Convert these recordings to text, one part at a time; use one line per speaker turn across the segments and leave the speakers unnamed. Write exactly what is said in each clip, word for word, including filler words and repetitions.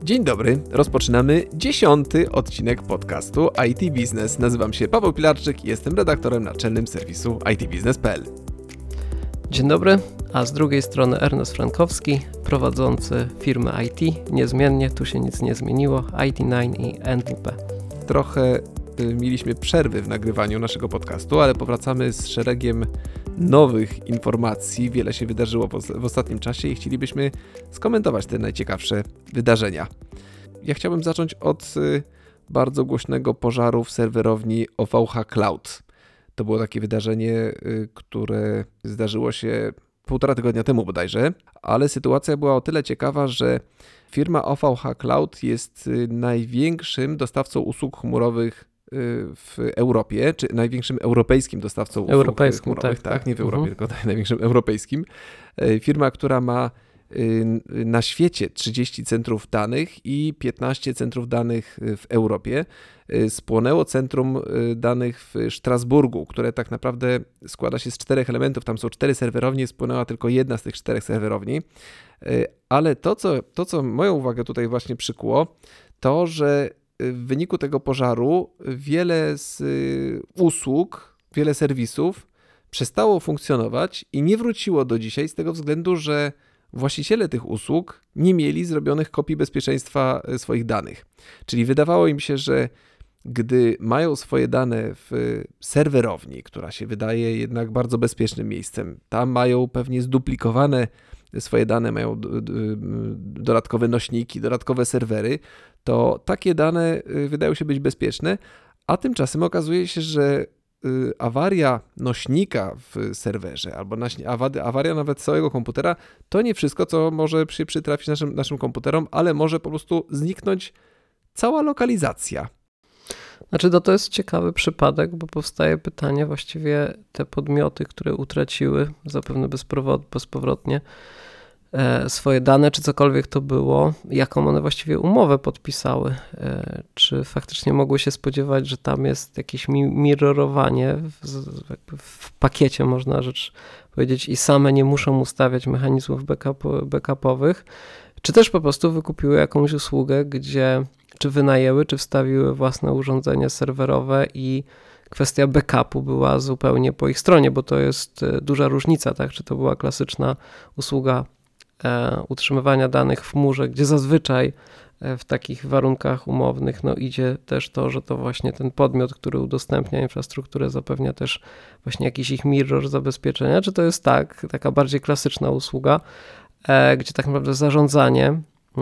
Dzień dobry, rozpoczynamy dziesiąty odcinek podcastu I T Business. Nazywam się Paweł Pilarczyk i jestem redaktorem naczelnym serwisu i t business kropka p l.
Dzień dobry, a z drugiej strony Ernest Frankowski, prowadzący firmę I T. Niezmiennie, tu się nic nie zmieniło, I T dziewięć i N W P.
Trochę y, mieliśmy przerwy w nagrywaniu naszego podcastu, ale powracamy z szeregiem nowych informacji. Wiele się wydarzyło w, w ostatnim czasie i chcielibyśmy skomentować te najciekawsze wydarzenia. Ja chciałbym zacząć od y, bardzo głośnego pożaru w serwerowni O V H Cloud. To było takie wydarzenie, y, które zdarzyło się półtora tygodnia temu bodajże, ale sytuacja była o tyle ciekawa, że firma O V H Cloud jest y, największym dostawcą usług chmurowych w Europie, czy największym europejskim dostawcą usług
europejskim,
chmurowych,
tak,
tak,
tak.
nie w Europie,
Uh-huh.
tylko największym europejskim. Firma, która ma na świecie trzydzieści centrów danych i piętnaście centrów danych w Europie. Spłonęło centrum danych w Strasburgu, które tak naprawdę składa się z czterech elementów. Tam są cztery serwerownie, spłonęła tylko jedna z tych czterech serwerowni. Ale to, co, to, co moją uwagę tutaj właśnie przykuło, to, że w wyniku tego pożaru wiele z usług, wiele serwisów przestało funkcjonować i nie wróciło do dzisiaj z tego względu, że właściciele tych usług nie mieli zrobionych kopii bezpieczeństwa swoich danych. Czyli wydawało im się, że gdy mają swoje dane w serwerowni, która się wydaje jednak bardzo bezpiecznym miejscem, tam mają pewnie zduplikowane swoje dane, mają dodatkowe nośniki, dodatkowe serwery, to takie dane wydają się być bezpieczne, a tymczasem okazuje się, że awaria nośnika w serwerze albo awaria nawet całego komputera to nie wszystko, co może się przytrafić naszym, naszym komputerom, ale może po prostu zniknąć cała lokalizacja.
Znaczy to, to jest ciekawy przypadek, bo powstaje pytanie, właściwie te podmioty, które utraciły zapewne bezpowrotnie swoje dane, czy cokolwiek to było, jaką one właściwie umowę podpisały. Czy faktycznie mogły się spodziewać, że tam jest jakieś mirrorowanie w, w pakiecie, można rzecz powiedzieć, i same nie muszą ustawiać mechanizmów backup, backupowych, czy też po prostu wykupiły jakąś usługę, gdzie czy wynajęły, czy wstawiły własne urządzenie serwerowe i kwestia backupu była zupełnie po ich stronie, bo to jest duża różnica, tak? Czy to była klasyczna usługa e, utrzymywania danych w chmurze, gdzie zazwyczaj e, w takich warunkach umownych no, idzie też to, że to właśnie ten podmiot, który udostępnia infrastrukturę, zapewnia też właśnie jakiś ich mirror zabezpieczenia, czy to jest tak, taka bardziej klasyczna usługa, e, gdzie tak naprawdę zarządzanie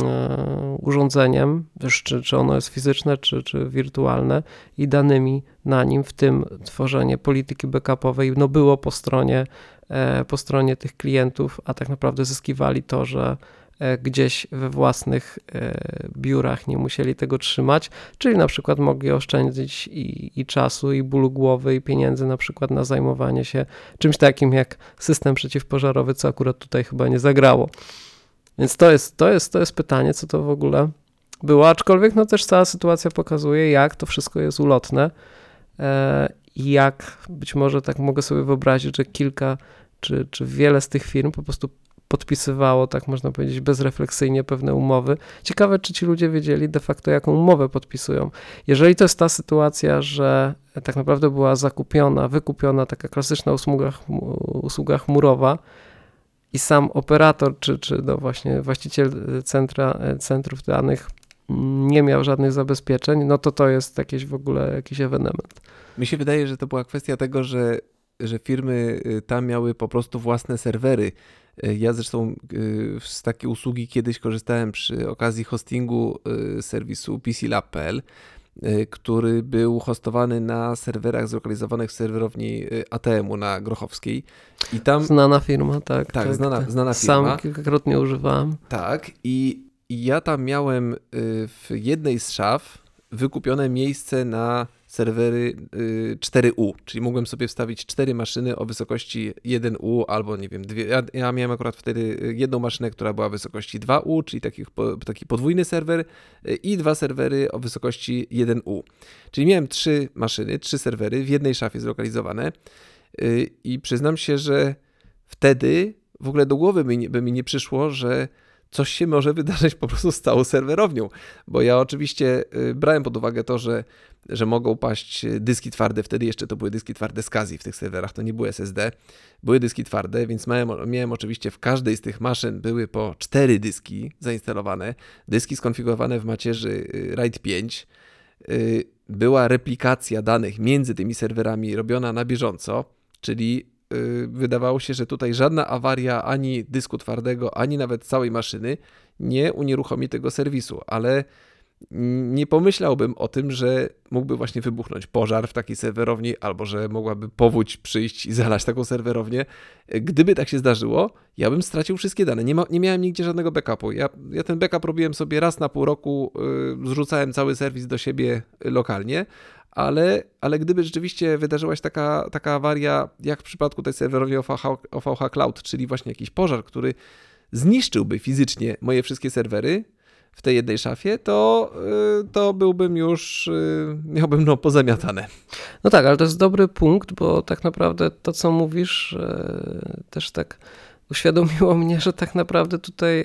urządzeniem, czy, czy ono jest fizyczne, czy, czy wirtualne i danymi na nim, w tym tworzenie polityki backupowej, no było po stronie, po stronie tych klientów, a tak naprawdę zyskiwali to, że gdzieś we własnych biurach nie musieli tego trzymać, czyli na przykład mogli oszczędzić i, i czasu, i bólu głowy, i pieniędzy na przykład na zajmowanie się czymś takim jak system przeciwpożarowy, co akurat tutaj chyba nie zagrało. Więc to jest, to jest, to jest pytanie, co to w ogóle było, aczkolwiek no też cała sytuacja pokazuje, jak to wszystko jest ulotne i jak być może tak mogę sobie wyobrazić, że kilka czy, czy wiele z tych firm po prostu podpisywało, tak można powiedzieć, bezrefleksyjnie pewne umowy. Ciekawe, czy ci ludzie wiedzieli de facto, jaką umowę podpisują. Jeżeli to jest ta sytuacja, że tak naprawdę była zakupiona, wykupiona taka klasyczna usługa, usługa chmurowa, i sam operator, czy, czy no właśnie właściciel centra, centrów danych nie miał żadnych zabezpieczeń, no to to jest jakiś w ogóle jakiś ewenement.
Mi się wydaje, że to była kwestia tego, że, że firmy tam miały po prostu własne serwery. Ja zresztą z takiej usługi kiedyś korzystałem przy okazji hostingu serwisu P C Lab kropka p l, który był hostowany na serwerach zlokalizowanych w serwerowni A T M-u na Grochowskiej. I tam...
Znana firma, tak.
Tak, tak znana,
tak.
znana firma.
Sam kilkakrotnie używałem.
Tak i, i ja tam miałem w jednej z szaf wykupione miejsce na serwery cztery U, czyli mogłem sobie wstawić cztery maszyny o wysokości jeden U albo nie wiem, dwie. Ja, ja miałem akurat wtedy jedną maszynę, która była o wysokości dwa U, czyli taki, taki podwójny serwer i dwa serwery o wysokości jeden U. Czyli miałem trzy maszyny, trzy serwery w jednej szafie zlokalizowane i przyznam się, że wtedy w ogóle do głowy by, by mi nie przyszło, że coś się może wydarzyć po prostu z całą serwerownią, bo ja oczywiście brałem pod uwagę to, że, że mogą paść dyski twarde, wtedy jeszcze to były dyski twarde z Kazji w tych serwerach, to nie były S S D, były dyski twarde, więc miałem, miałem oczywiście w każdej z tych maszyn były po cztery dyski zainstalowane, dyski skonfigurowane w macierzy RAID pięć, była replikacja danych między tymi serwerami robiona na bieżąco, czyli wydawało się, że tutaj żadna awaria ani dysku twardego, ani nawet całej maszyny nie unieruchomi tego serwisu, ale nie pomyślałbym o tym, że mógłby właśnie wybuchnąć pożar w takiej serwerowni, albo że mogłaby powódź przyjść i zalać taką serwerownię. Gdyby tak się zdarzyło, ja bym stracił wszystkie dane. Nie, ma, nie miałem nigdzie żadnego backupu. Ja, ja ten backup robiłem sobie raz na pół roku, yy, zrzucałem cały serwis do siebie lokalnie, ale, ale gdyby rzeczywiście wydarzyła się taka, taka awaria, jak w przypadku tej serwerowni O V H, O V H Cloud, czyli właśnie jakiś pożar, który zniszczyłby fizycznie moje wszystkie serwery w tej jednej szafie, to, to byłbym już, miałbym no pozamiatane.
No tak, ale to jest dobry punkt, bo tak naprawdę to, co mówisz, też tak uświadomiło mnie, że tak naprawdę tutaj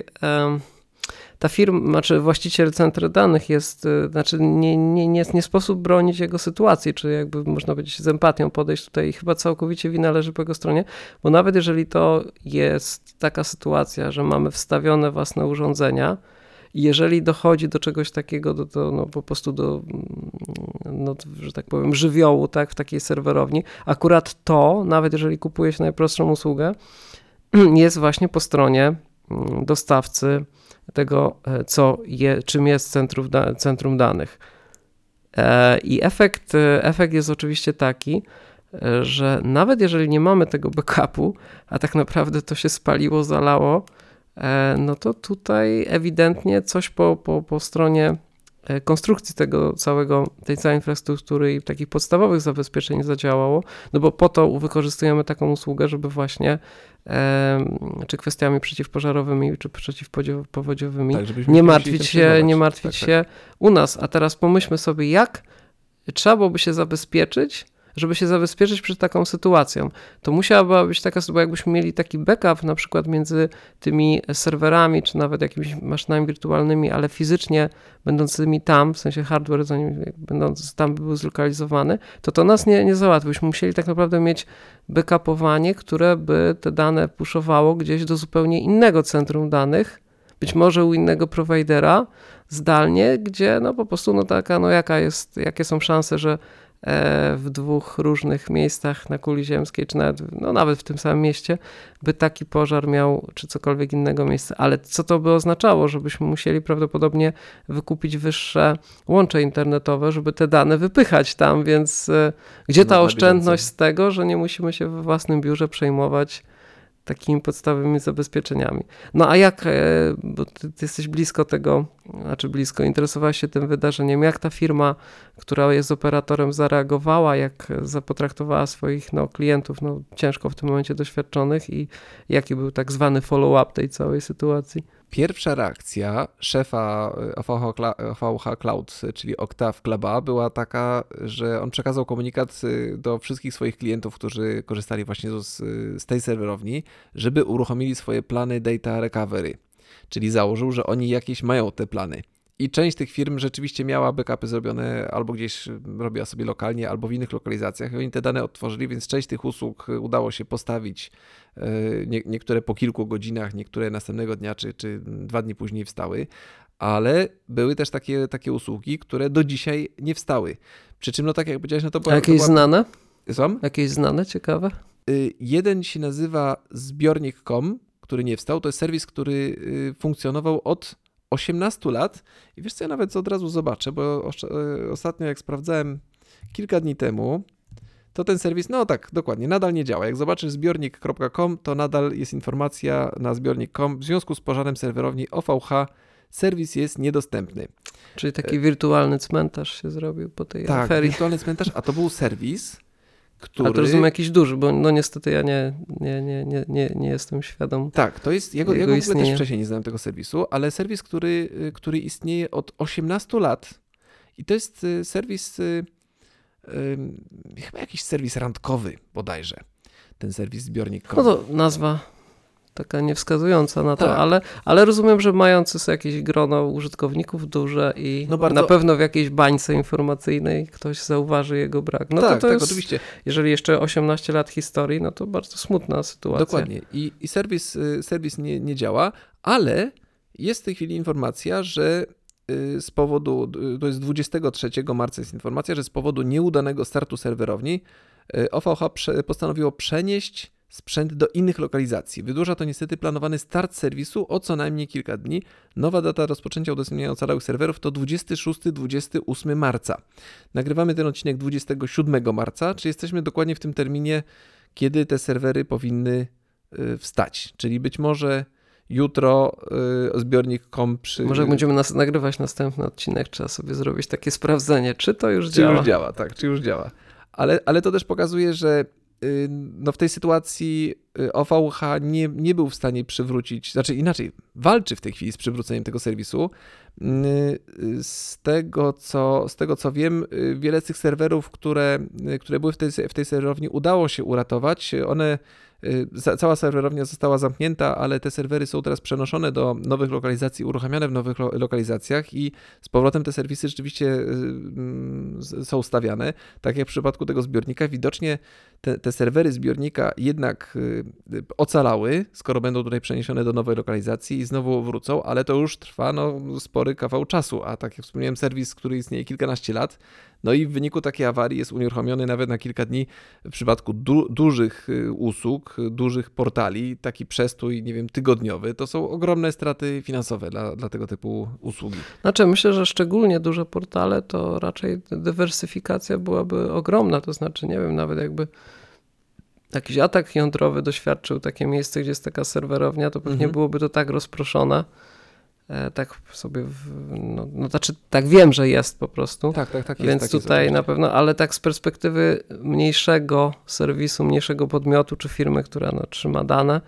ta firma, znaczy właściciel centra danych jest, znaczy nie, nie, nie, nie sposób bronić jego sytuacji, czy jakby można powiedzieć z empatią podejść tutaj i chyba całkowicie wina leży po jego stronie, bo nawet jeżeli to jest taka sytuacja, że mamy wstawione własne urządzenia, i jeżeli dochodzi do czegoś takiego, do, do, no po prostu do, no, że tak powiem, żywiołu, tak, w takiej serwerowni, akurat to, nawet jeżeli kupuje się najprostszą usługę, jest właśnie po stronie dostawcy tego, co je, czym jest centrum, centrum danych. I efekt, efekt jest oczywiście taki, że nawet jeżeli nie mamy tego backupu, a tak naprawdę to się spaliło, zalało, no to tutaj ewidentnie coś po, po, po stronie konstrukcji tego całego, tej całej infrastruktury i takich podstawowych zabezpieczeń zadziałało, no bo po to wykorzystujemy taką usługę, żeby właśnie czy kwestiami przeciwpożarowymi, czy przeciwpowodziowymi
tak,
nie martwić się, nie martwić
tak,
się
tak.
u nas. A teraz pomyślmy sobie, jak trzeba byłoby się zabezpieczyć, żeby się zabezpieczyć przed taką sytuacją. To musiałaby być taka sytuacja, jakbyśmy mieli taki backup na przykład między tymi serwerami, czy nawet jakimiś maszynami wirtualnymi, ale fizycznie będącymi tam, w sensie hardware, zanim będący tam by był zlokalizowany, to to nas nie, nie załatwi. Byśmy musieli tak naprawdę mieć backupowanie, które by te dane puszowało gdzieś do zupełnie innego centrum danych, być może u innego prowajdera zdalnie, gdzie no po prostu no taka, no jaka jest, jakie są szanse, że w dwóch różnych miejscach na kuli ziemskiej, czy nawet, no nawet w tym samym mieście, by taki pożar miał, czy cokolwiek innego miejsce. Ale co to by oznaczało? Żebyśmy musieli prawdopodobnie wykupić wyższe łącze internetowe, żeby te dane wypychać tam, więc gdzie ta
no,
oszczędność z tego, że nie musimy się we własnym biurze przejmować takimi podstawowymi zabezpieczeniami. No a jak, bo ty, ty jesteś blisko tego, znaczy blisko, interesowałeś się tym wydarzeniem, jak ta firma, która jest operatorem, zareagowała, jak potraktowała swoich no, klientów, no, ciężko w tym momencie doświadczonych i jaki był tak zwany follow-up tej całej sytuacji?
Pierwsza reakcja szefa O V H Cloud, czyli Octave Klaba, była taka, że on przekazał komunikat do wszystkich swoich klientów, którzy korzystali właśnie z, z tej serwerowni, żeby uruchomili swoje plany data recovery, czyli założył, że oni jakieś mają te plany. I część tych firm rzeczywiście miała backupy zrobione albo gdzieś robiła sobie lokalnie, albo w innych lokalizacjach i oni te dane odtworzyli, więc część tych usług udało się postawić, nie, niektóre po kilku godzinach, niektóre następnego dnia czy, czy dwa dni później wstały, ale były też takie, takie usługi, które do dzisiaj nie wstały. Przy czym, no tak jak powiedziałeś, no to była...
A jakieś
to była...
znane?
Są?
Jakieś znane, ciekawe?
Jeden się nazywa zbiornik kropka com, który nie wstał. To jest serwis, który funkcjonował od osiemnastu lat i wiesz co, ja nawet od razu zobaczę, bo ostatnio jak sprawdzałem kilka dni temu, to ten serwis, no tak, dokładnie, nadal nie działa. Jak zobaczysz zbiornik kropka com, to nadal jest informacja na zbiornik kropka com. W związku z pożarem serwerowni O V H serwis jest niedostępny.
Czyli taki wirtualny cmentarz się zrobił po tej
tak,
aferie.
Tak, wirtualny cmentarz, a to był serwis, który...
A to rozumiem jakiś duży, bo no niestety ja nie, nie, nie, nie, nie, nie jestem świadom.
Tak, to jest, ja go,
jego
ja go w ogóle też wcześniej nie znałem tego serwisu, ale serwis, który, który istnieje od osiemnastu lat i to jest serwis, chyba jakiś serwis randkowy bodajże, ten serwis zbiornik kropka com.
No to nazwa taka niewskazująca na to,
Tak.
ale, ale rozumiem, że mający sobie jakieś grono użytkowników duże i
No bardzo-
na pewno w jakiejś bańce informacyjnej ktoś zauważy jego brak. No
tak,
to to
tak,
jest,
oczywiście.
jeżeli jeszcze osiemnaście lat historii, no to bardzo smutna sytuacja.
Dokładnie. I, i serwis, y, serwis nie, nie działa, ale jest w tej chwili informacja, że y, z powodu, y, to jest dwudziestego trzeciego marca jest informacja, że z powodu nieudanego startu serwerowni y, O V H prze, postanowiło przenieść sprzęt do innych lokalizacji. Wydłuża to niestety planowany start serwisu o co najmniej kilka dni. Nowa data rozpoczęcia udostępniania ocalałych serwerów to dwudziestego szóstego do dwudziestego ósmego marca. Nagrywamy ten odcinek dwudziestego siódmego marca, czy jesteśmy dokładnie w tym terminie, kiedy te serwery powinny y, wstać. Czyli być może jutro y, zbiornik kropka com przy...
Może jak będziemy nas, nagrywać następny odcinek, trzeba sobie zrobić takie sprawdzenie, czy to już
Czy
działa.
już działa, tak, czy już działa. Ale, ale to też pokazuje, że y, no w tej sytuacji y, O V H nie, nie był w stanie przywrócić, znaczy inaczej, walczy w tej chwili z przywróceniem tego serwisu. Y, y, Z tego, co, z tego co wiem, y, wiele z tych serwerów, które, y, które były w tej, w tej serwerowni, udało się uratować. One y, za- Cała serwerownia została zamknięta, ale te serwery są teraz przenoszone do nowych lokalizacji, uruchamiane w nowych lo- lokalizacjach i z powrotem te serwisy rzeczywiście y, mm, z- są stawiane. Tak jak w przypadku tego zbiornika, widocznie te, te serwery zbiornika jednak y, y, ocalały, skoro będą tutaj przeniesione do nowej lokalizacji i znowu wrócą, ale to już trwa no, spory kawał czasu, a tak jak wspomniałem, serwis, który istnieje kilkanaście lat, no i w wyniku takiej awarii jest unieruchomiony nawet na kilka dni. W przypadku du- dużych y, usług, y, dużych portali, taki przestój, nie wiem, tygodniowy, to są ogromne straty finansowe dla, dla tego typu usługi.
Znaczy myślę, że szczególnie duże portale to raczej dywersyfikacja byłaby ogromna, to znaczy nie wiem, nawet jakby jakiś atak jądrowy doświadczył takie miejsce, gdzie jest taka serwerownia, to pewnie
Mhm.
byłoby to tak rozproszone, e, tak sobie, w, no, no znaczy tak wiem, że jest po prostu.
Tak, tak, tak jest.
Więc
tak jest
tutaj
oczywiście.
na pewno, ale tak z perspektywy mniejszego serwisu, mniejszego podmiotu czy firmy, która no, trzyma dane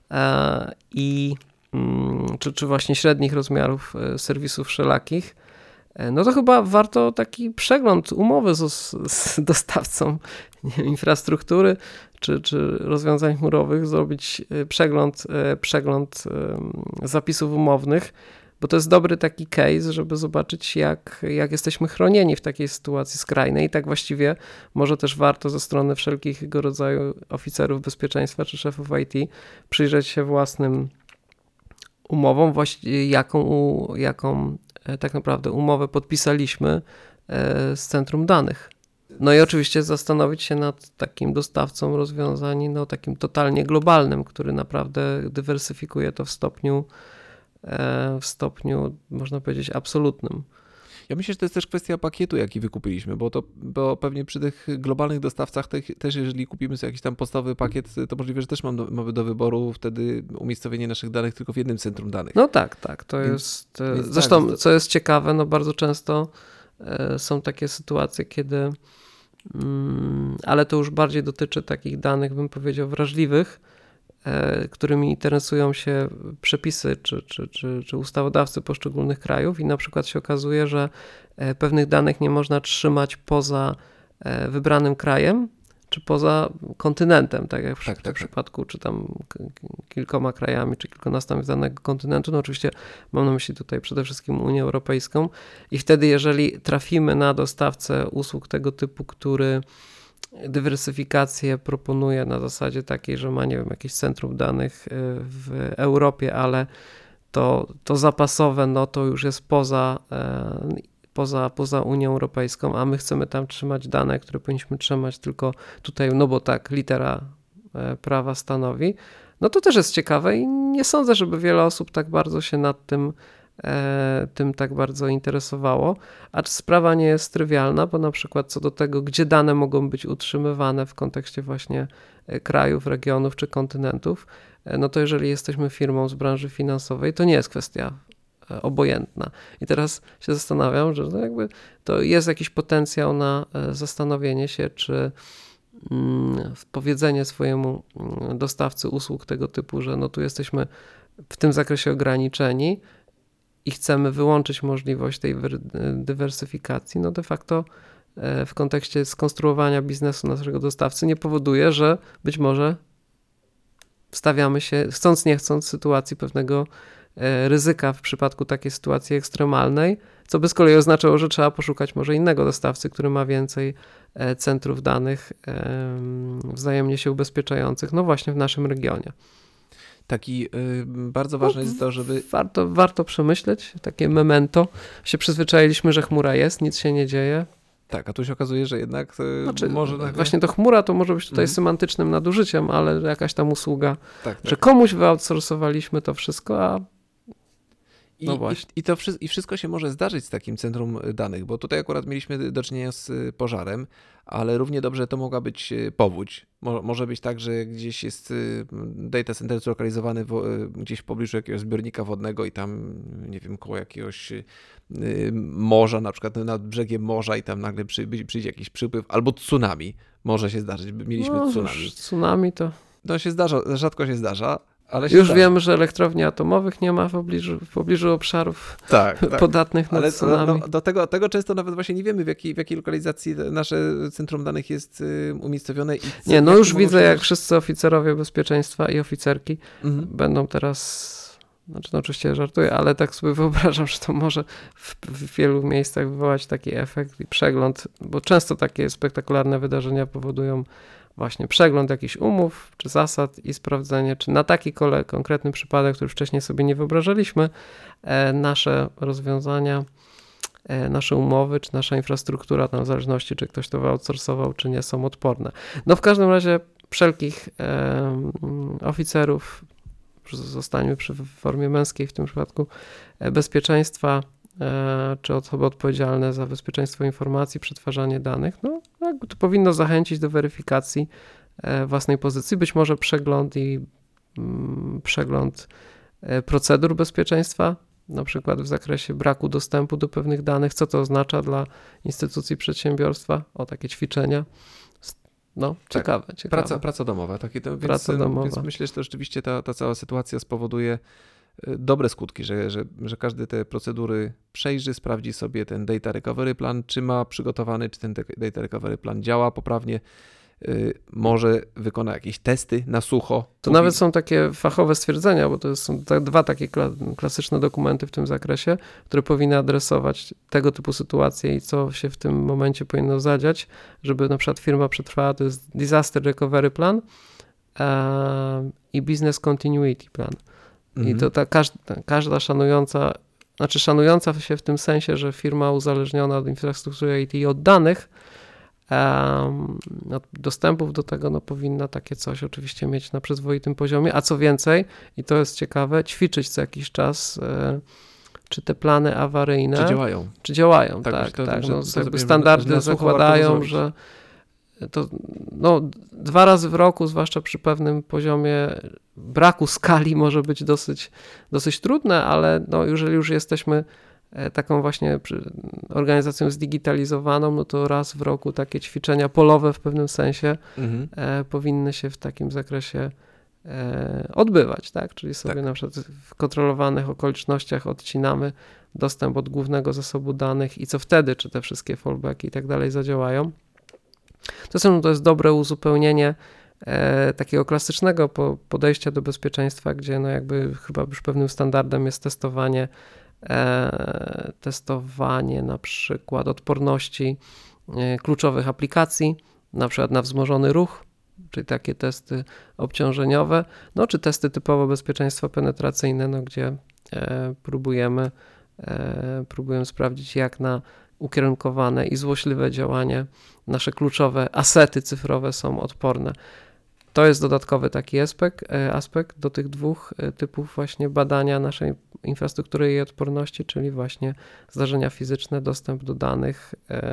e, i mm, czy, czy właśnie średnich rozmiarów e, serwisów wszelakich, e, no to chyba warto taki przegląd umowy z, z dostawcą nie wiem, infrastruktury czy, czy rozwiązań chmurowych, zrobić e, przegląd, e, przegląd e, zapisów umownych, bo to jest dobry taki case, żeby zobaczyć, jak, jak jesteśmy chronieni w takiej sytuacji skrajnej. I tak właściwie może też warto ze strony wszelkiego rodzaju oficerów bezpieczeństwa czy szefów I T przyjrzeć się własnym umowom, właści- jaką, u- jaką e, tak naprawdę umowę podpisaliśmy e, z centrum danych. No i oczywiście zastanowić się nad takim dostawcą rozwiązań, no takim totalnie globalnym, który naprawdę dywersyfikuje to w stopniu w stopniu, można powiedzieć, absolutnym.
Ja myślę, że to jest też kwestia pakietu, jaki wykupiliśmy, bo to bo pewnie przy tych globalnych dostawcach te, też jeżeli kupimy sobie jakiś tam podstawowy pakiet, to możliwe, że też mam do, mamy do wyboru wtedy umiejscowienie naszych danych tylko w jednym centrum danych.
No tak, tak, to
Więc-
jest,
więc
zresztą
tak, to-
co jest ciekawe, no bardzo często e, są takie sytuacje, kiedy mm, ale to już bardziej dotyczy takich danych, bym powiedział, wrażliwych, e, którymi interesują się przepisy czy, czy, czy, czy ustawodawcy poszczególnych krajów i na przykład się okazuje, że e, pewnych danych nie można trzymać poza e, wybranym krajem, czy poza kontynentem, tak jak w,
Tak,
w
tak, tak.
przypadku, czy tam k- k- kilkoma krajami, czy kilkunastoma z danego kontynentu. No oczywiście mam na myśli tutaj przede wszystkim Unię Europejską i wtedy, jeżeli trafimy na dostawcę usług tego typu, który dywersyfikację proponuje na zasadzie takiej, że ma, nie wiem, jakieś centrum danych y, w Europie, ale to, to zapasowe, no to już jest poza, e, poza, poza Unią Europejską, a my chcemy tam trzymać dane, które powinniśmy trzymać tylko tutaj, no bo tak litera e, prawa stanowi, no to też jest ciekawe i nie sądzę, żeby wiele osób tak bardzo się nad tym e, tym tak bardzo interesowało, acz sprawa nie jest trywialna, bo na przykład co do tego, gdzie dane mogą być utrzymywane w kontekście właśnie e, krajów, regionów czy kontynentów, e, no to jeżeli jesteśmy firmą z branży finansowej, to nie jest kwestia e, obojętna. I teraz się zastanawiam, że no jakby to jest jakiś potencjał na e, zastanowienie się, czy mm, powiedzenie swojemu mm, dostawcy usług tego typu, że no tu jesteśmy w tym zakresie ograniczeni i chcemy wyłączyć możliwość tej wy- dywersyfikacji, no de facto e, w kontekście skonstruowania biznesu naszego dostawcy nie powoduje, że być może stawiamy się, chcąc nie chcąc, w sytuacji pewnego ryzyka w przypadku takiej sytuacji ekstremalnej, co by z kolei oznaczało, że trzeba poszukać może innego dostawcy, który ma więcej centrów danych wzajemnie się ubezpieczających, no właśnie w naszym regionie.
Taki y, bardzo ważne no, jest to, żeby...
Warto, warto przemyśleć, takie memento. Się przyzwyczailiśmy, że chmura jest, nic się nie dzieje.
Tak, a tu się okazuje, że jednak y,
znaczy,
może... Nagle...
Właśnie to chmura to może być tutaj mm. semantycznym nadużyciem, ale jakaś tam usługa, tak, tak. że komuś wyoutsourcowaliśmy to wszystko, a
I, no właśnie. I, i, to wszy- I wszystko się może zdarzyć z takim centrum danych, bo tutaj akurat mieliśmy do czynienia z pożarem, ale równie dobrze to mogła być powódź. Mo- może być tak, że gdzieś jest data center zlokalizowany w, gdzieś w pobliżu jakiegoś zbiornika wodnego i tam, nie wiem, koło jakiegoś morza, na przykład nad brzegiem morza i tam nagle przy, przyjdzie jakiś przypływ, albo tsunami. Może się zdarzyć. Mieliśmy
no,
tsunami.
Tsunami to...
No się zdarza, rzadko się zdarza. Ale
już
zdarza.
wiemy, że elektrowni atomowych nie ma w pobliżu, w pobliżu obszarów tak, tak. podatnych na
ale
tsunami.
No, do tego, tego często nawet właśnie nie wiemy, w jakiej, w jakiej lokalizacji nasze centrum danych jest umiejscowione. I co,
nie, no już widzę, jak wszyscy oficerowie bezpieczeństwa i oficerki mhm. będą teraz, znaczy no oczywiście żartuję, ale tak sobie wyobrażam, że to może w, w wielu miejscach wywołać taki efekt i przegląd, bo często takie spektakularne wydarzenia powodują właśnie przegląd jakichś umów czy zasad i sprawdzenie, czy na taki kole, konkretny przypadek, który wcześniej sobie nie wyobrażaliśmy, e, nasze rozwiązania, e, nasze umowy, czy nasza infrastruktura, tam w zależności, czy ktoś to wyoutsourcował, czy nie, są odporne. No w każdym razie wszelkich e, oficerów, zostańmy przy formie męskiej w tym przypadku, e, bezpieczeństwa, czy osoby odpowiedzialne za bezpieczeństwo informacji, przetwarzanie danych, no to powinno zachęcić do weryfikacji własnej pozycji, być może przegląd i mm, przegląd procedur bezpieczeństwa, na przykład w zakresie braku dostępu do pewnych danych, co to oznacza dla instytucji przedsiębiorstwa, o takie ćwiczenia. No, ciekawe, tak. ciekawe.
Praca, praca domowa. Takie to,
praca
więc,
domowa.
Więc myślę, że to rzeczywiście ta, ta cała sytuacja spowoduje dobre skutki, że, że, że każdy te procedury przejrzy, sprawdzi sobie ten data recovery plan, czy ma przygotowany, czy ten data recovery plan działa poprawnie, yy, może wykona jakieś testy na sucho.
To nawet są takie fachowe stwierdzenia, bo to są te dwa takie klasyczne dokumenty w tym zakresie, które powinny adresować tego typu sytuacje i co się w tym momencie powinno zadziać, żeby na przykład firma przetrwała. To jest Disaster Recovery Plan yy, i Business Continuity Plan. I to ta każda, każda szanująca, znaczy szanująca się w tym sensie, że firma uzależniona od infrastruktury I T i od danych, um, od dostępów do tego, no powinna takie coś oczywiście mieć na przyzwoitym poziomie, a co więcej, i to jest ciekawe, ćwiczyć co jakiś czas, e, czy te plany awaryjne,
czy działają.
Czy działają, tak,
tak.
To, tak
że,
no,
to
jakby standardy że zakładają, że to no, dwa razy w roku, zwłaszcza przy pewnym poziomie braku skali, może być dosyć, dosyć trudne, ale no, jeżeli już jesteśmy taką właśnie organizacją zdigitalizowaną, no to raz w roku takie ćwiczenia polowe w pewnym sensie mhm. e, powinny się w takim zakresie e, odbywać, tak? Czyli sobie tak. na przykład w kontrolowanych okolicznościach odcinamy dostęp od głównego zasobu danych i co wtedy, czy te wszystkie fallbacki i tak dalej zadziałają. Czasem to jest dobre uzupełnienie e, takiego klasycznego po, podejścia do bezpieczeństwa, gdzie no jakby chyba już pewnym standardem jest testowanie, e, testowanie na przykład odporności e, kluczowych aplikacji, na przykład na wzmożony ruch, czyli takie testy obciążeniowe, no czy testy typowo bezpieczeństwa penetracyjne, no gdzie e, próbujemy, e, próbujemy sprawdzić, jak na ukierunkowane i złośliwe działanie nasze kluczowe asety cyfrowe są odporne. To jest dodatkowy taki aspekt, aspekt do tych dwóch typów właśnie badania naszej infrastruktury i jej odporności, czyli właśnie zdarzenia fizyczne, dostęp do danych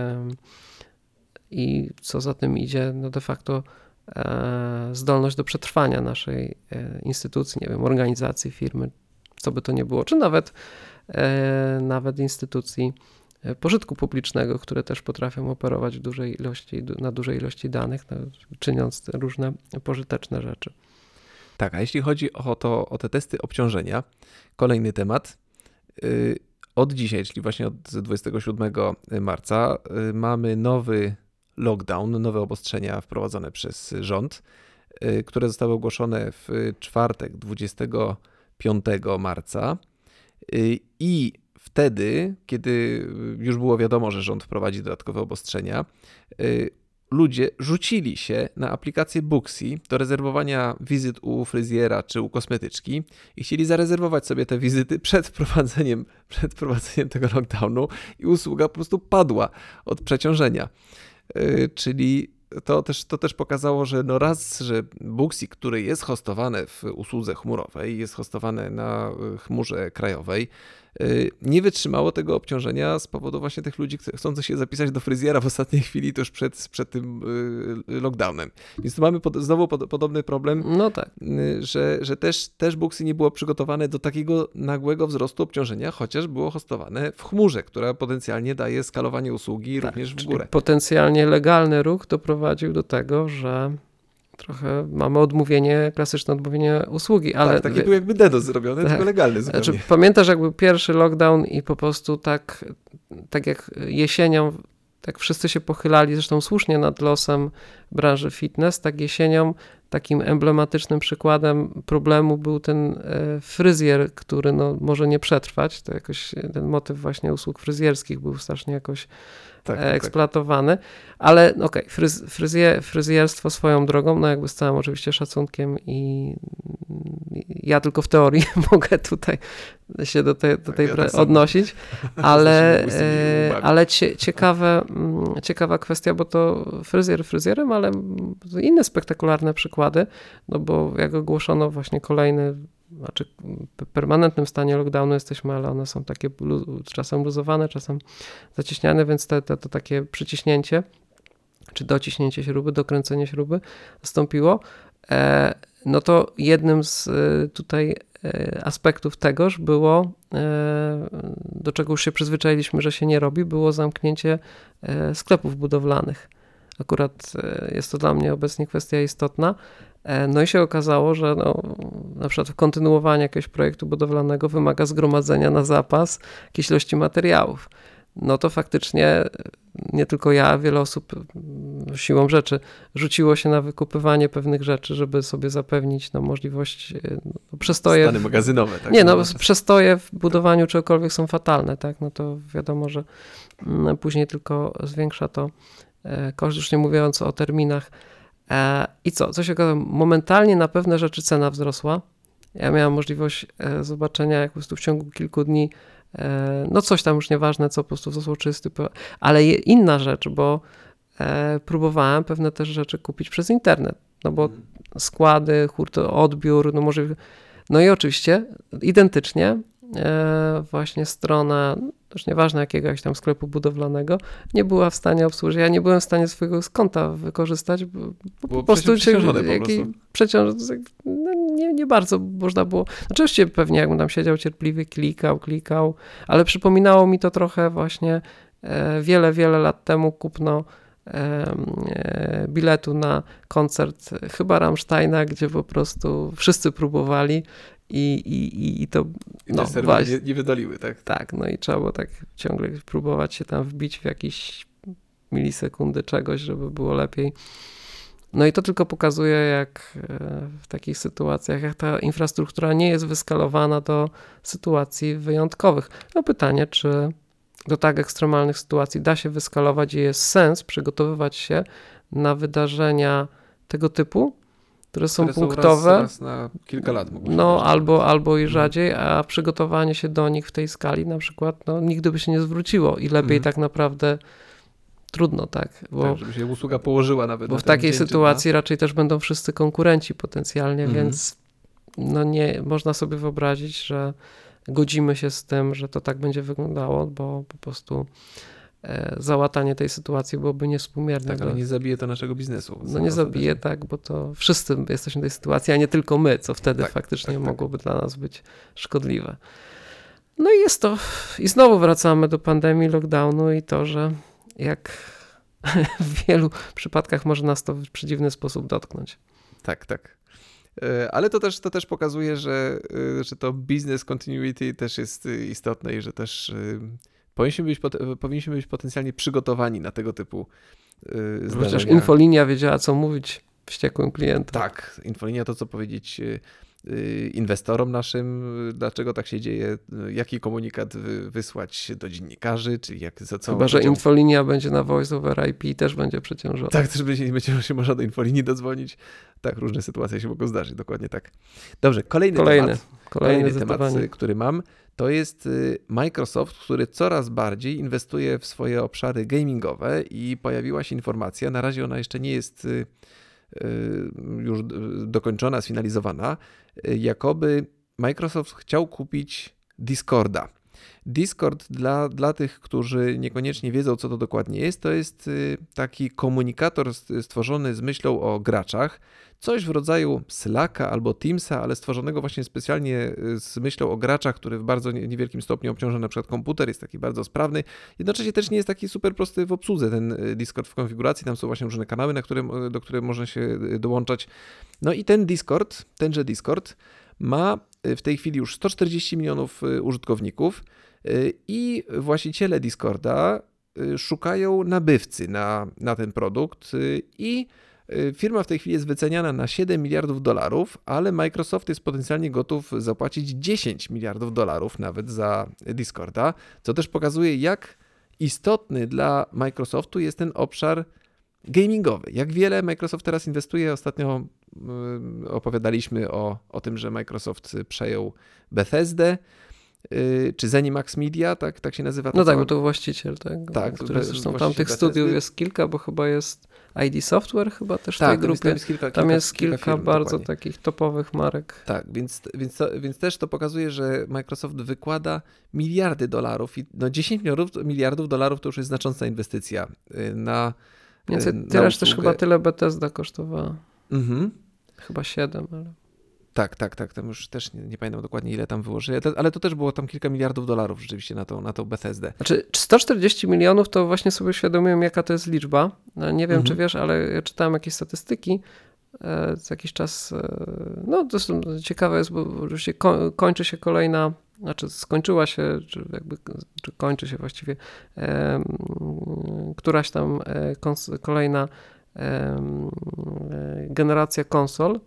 i co za tym idzie, no de facto zdolność do przetrwania naszej instytucji, nie wiem, organizacji, firmy, co by to nie było, czy nawet, nawet instytucji pożytku publicznego, które też potrafią operować w dużej ilości, na dużej ilości danych, no, czyniąc różne pożyteczne rzeczy.
Tak, a jeśli chodzi o, to, o te testy obciążenia, kolejny temat. Od dzisiaj, czyli właśnie od dwudziestego siódmego marca, mamy nowy lockdown, nowe obostrzenia wprowadzone przez rząd. które zostały ogłoszone w czwartek, dwudziestego piątego marca. I wtedy, kiedy już było wiadomo, że rząd wprowadzi dodatkowe obostrzenia, ludzie rzucili się na aplikację Booksy do rezerwowania wizyt u fryzjera czy u kosmetyczki i chcieli zarezerwować sobie te wizyty przed wprowadzeniem, przed wprowadzeniem tego lockdownu i usługa po prostu padła od przeciążenia. Czyli to też, to też pokazało, że no raz, że Booksy, który jest hostowane w usłudze chmurowej, jest hostowane na chmurze krajowej, nie wytrzymało tego obciążenia z powodu właśnie tych ludzi chcących się zapisać do fryzjera w ostatniej chwili, tuż przed, przed tym lockdownem. Więc tu mamy pod, znowu pod, podobny problem,
no tak.
że, że też, też Booksy nie było przygotowane do takiego nagłego wzrostu obciążenia, chociaż było hostowane w chmurze, która potencjalnie daje skalowanie usługi tak, również w górę.
Potencjalnie legalny ruch doprowadził do tego, że trochę mamy odmówienie, klasyczne odmówienie usługi. Ale
tak, taki był jakby DDoS zrobiony, tak, tylko legalny zupełnie.
Znaczy, pamiętasz, jak był pierwszy lockdown i po prostu tak, tak jak jesienią, tak wszyscy się pochylali, zresztą słusznie, nad losem branży fitness, tak jesienią takim emblematycznym przykładem problemu był ten fryzjer, który no, może nie przetrwać. To jakoś ten motyw właśnie usług fryzjerskich był strasznie jakoś tak, eksploatowany, tak. Ale okej, okay, fryz, fryzje, fryzjerstwo swoją drogą, no jakby z całym oczywiście szacunkiem i ja tylko w teorii mogę tutaj się do tej, do tej tak, ja tak odnosić, ale, ale cie, ciekawe, ciekawa kwestia, bo to fryzjer fryzjerem, ale inne spektakularne przykłady, no bo jak ogłoszono właśnie kolejny, znaczy w permanentnym stanie lockdownu jesteśmy, ale one są takie czasem luzowane, czasem zacieśniane, więc te, te, to takie przyciśnięcie, czy dociśnięcie śruby, dokręcenie śruby nastąpiło, no to jednym z tutaj aspektów tegoż było, do czego już się przyzwyczailiśmy, że się nie robi, było zamknięcie sklepów budowlanych. Akurat jest to dla mnie obecnie kwestia istotna. No i się okazało, że no, na przykład kontynuowanie jakiegoś projektu budowlanego wymaga zgromadzenia na zapas jakiejś ilości materiałów. No to faktycznie nie tylko ja, wiele osób siłą rzeczy rzuciło się na wykupywanie pewnych rzeczy, żeby sobie zapewnić no, możliwość no, przestoje.
Stany magazynowe, tak?
Nie, no przestoje w budowaniu czegokolwiek są fatalne, tak? No to wiadomo, że no, później tylko zwiększa to koszt, już nie mówiąc o terminach. I co? Co się okazało? Momentalnie na pewne rzeczy cena wzrosła. Ja miałem możliwość zobaczenia, jak po prostu w ciągu kilku dni, no coś tam już nieważne, co po prostu wzrosło czysty, ale inna rzecz, bo próbowałem pewne też rzeczy kupić przez internet, no bo składy, hurto, odbiór, no może, no i oczywiście identycznie właśnie strona, już nieważne jakiegoś tam sklepu budowlanego, nie była w stanie obsłużyć. Ja nie byłem w stanie swojego konta wykorzystać, bo
było po prostu
przeciąż, no nie, nie bardzo można było. Oczywiście pewnie jakbym tam siedział cierpliwie, klikał, klikał, ale przypominało mi to trochę właśnie wiele, wiele lat temu kupno biletu na koncert chyba Rammsteina, gdzie po prostu wszyscy próbowali i, i, i to
no, I te serwery nie, nie wydoliły, tak?
Tak, no i trzeba było tak ciągle próbować się tam wbić w jakieś milisekundy czegoś, żeby było lepiej. No i to tylko pokazuje, jak w takich sytuacjach, jak ta infrastruktura nie jest wyskalowana do sytuacji wyjątkowych. No pytanie, czy do tak ekstremalnych sytuacji da się wyskalować i jest sens przygotowywać się na wydarzenia tego typu, które są
które
punktowe.
Są raz, raz na kilka lat.
No albo, albo i rzadziej, a przygotowanie się do nich w tej skali na przykład no, nigdy by się nie zwróciło i lepiej mhm. tak naprawdę trudno, tak. Bo,
tak, żeby się usługa położyła nawet.
Bo w takiej sytuacji na... raczej też będą wszyscy konkurenci potencjalnie, mhm. więc no nie można sobie wyobrazić, że godzimy się z tym, że to tak będzie wyglądało, bo po prostu e, załatanie tej sytuacji byłoby niewspółmierne.
Tak, ale nie zabije to naszego biznesu.
No nie zabije, tak, bo to wszyscy jesteśmy w tej sytuacji, a nie tylko my, co wtedy tak, faktycznie tak, mogłoby tak. dla nas być szkodliwe. No i jest to, i znowu wracamy do pandemii, lockdownu i to, że jak w wielu przypadkach może nas to w przedziwny sposób dotknąć.
Tak, tak. Ale to też, to też pokazuje, że, że to business continuity też jest istotne i że też powinniśmy być, powinniśmy być potencjalnie przygotowani na tego typu zdarzenia.
Chociaż infolinia wiedziała, co mówić wściekłym klientem.
Tak, infolinia to co powiedzieć inwestorom naszym, dlaczego tak się dzieje, jaki komunikat wysłać do dziennikarzy, czyli jak za co.
Chyba, że przeciąg... infolinia będzie na voice over I P i też będzie przeciążona.
Tak, też będzie, będzie się można do infolinii dodzwonić. Tak, różne sytuacje się mogą zdarzyć, dokładnie tak. Dobrze, kolejny,
kolejny
temat,
kolejny,
kolejny temat, który mam, to jest Microsoft, który coraz bardziej inwestuje w swoje obszary gamingowe i pojawiła się informacja, na razie ona jeszcze nie jest już dokończona, sfinalizowana, jakoby Microsoft chciał kupić Discorda. Discord dla, dla tych, którzy niekoniecznie wiedzą, co to dokładnie jest, to jest taki komunikator stworzony z myślą o graczach, coś w rodzaju Slacka albo Teamsa, ale stworzonego właśnie specjalnie z myślą o graczach, który w bardzo niewielkim stopniu obciąża na przykład komputer, jest taki bardzo sprawny. Jednocześnie też nie jest taki super prosty w obsłudze ten Discord w konfiguracji, tam są właśnie różne kanały, na które, do których można się dołączać. No i ten Discord, tenże Discord ma w tej chwili już sto czterdzieści milionów użytkowników i właściciele Discorda szukają nabywcy na, na ten produkt i firma w tej chwili jest wyceniana na siedem miliardów dolarów, ale Microsoft jest potencjalnie gotów zapłacić dziesięć miliardów dolarów nawet za Discorda, co też pokazuje, jak istotny dla Microsoftu jest ten obszar gamingowy. Jak wiele Microsoft teraz inwestuje. Ostatnio opowiadaliśmy o, o tym, że Microsoft przejął Bethesdę, czy Zenimax Media, tak, tak się nazywa.
No tak, bo to właściciel, tak?
Tak,
który zresztą tam tych studiów jest kilka, bo chyba jest I D Software chyba też
tak,
w tej grupie.
Tam jest kilka,
tam
kilka,
jest kilka,
kilka firm,
bardzo
dokładnie.
takich topowych marek.
Tak, więc, więc, to, więc też to pokazuje, że Microsoft wykłada miliardy dolarów i no dziesięć miliardów dolarów to już jest znacząca inwestycja na
Więc
na
tyle
usługę.
też chyba tyle Bethesda kosztowała.
Mhm.
Chyba siedem, ale...
Tak, tak, tak. Tam już też nie, nie pamiętam dokładnie, ile tam wyłożyli, ale to też było tam kilka miliardów dolarów rzeczywiście na tą, na tą Bethesdę.
Znaczy sto czterdzieści milionów to właśnie sobie uświadomiłem, jaka to jest liczba. Nie wiem, mhm. czy wiesz, ale ja czytałem jakieś statystyki e, co jakiś czas. E, no to są, ciekawe jest, bo już się ko- kończy się kolejna, znaczy skończyła się, czy jakby czy kończy się właściwie e, któraś tam e, kons- kolejna e, generacja konsol.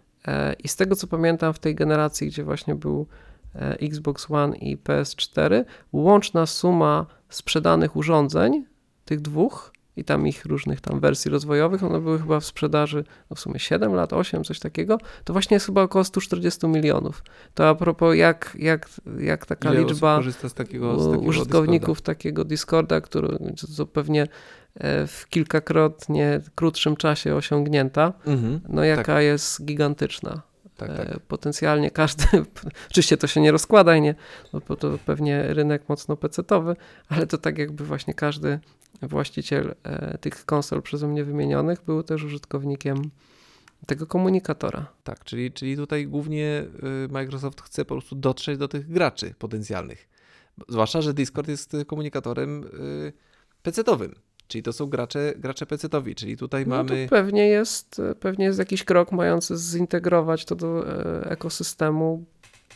I z tego, co pamiętam, w tej generacji, gdzie właśnie był Xbox One i P S cztery, łączna suma sprzedanych urządzeń, tych dwóch i tam ich różnych tam wersji rozwojowych, one były chyba w sprzedaży no w sumie siedem lat, osiem, coś takiego, to właśnie jest chyba około sto czterdzieści milionów. To a propos jak, jak, jak taka
Ile
liczba
z takiego, z takiego
użytkowników
Discorda? takiego
Discorda, który to pewnie w kilkakrotnie krótszym czasie osiągnięta, mhm, no jaka tak. jest gigantyczna. Tak, tak. Potencjalnie każdy, oczywiście to się nie rozkłada, nie, no bo to pewnie rynek mocno pecetowy, ale to tak jakby właśnie każdy właściciel e, tych konsol przeze mnie wymienionych był też użytkownikiem tego komunikatora.
Tak, czyli, czyli tutaj głównie Microsoft chce po prostu dotrzeć do tych graczy potencjalnych. Zwłaszcza, że Discord jest komunikatorem y, pecetowym. Czyli to są gracze, gracze pecetowi, czyli tutaj
no
mamy...
To pewnie jest, pewnie jest jakiś krok mający zintegrować to do ekosystemu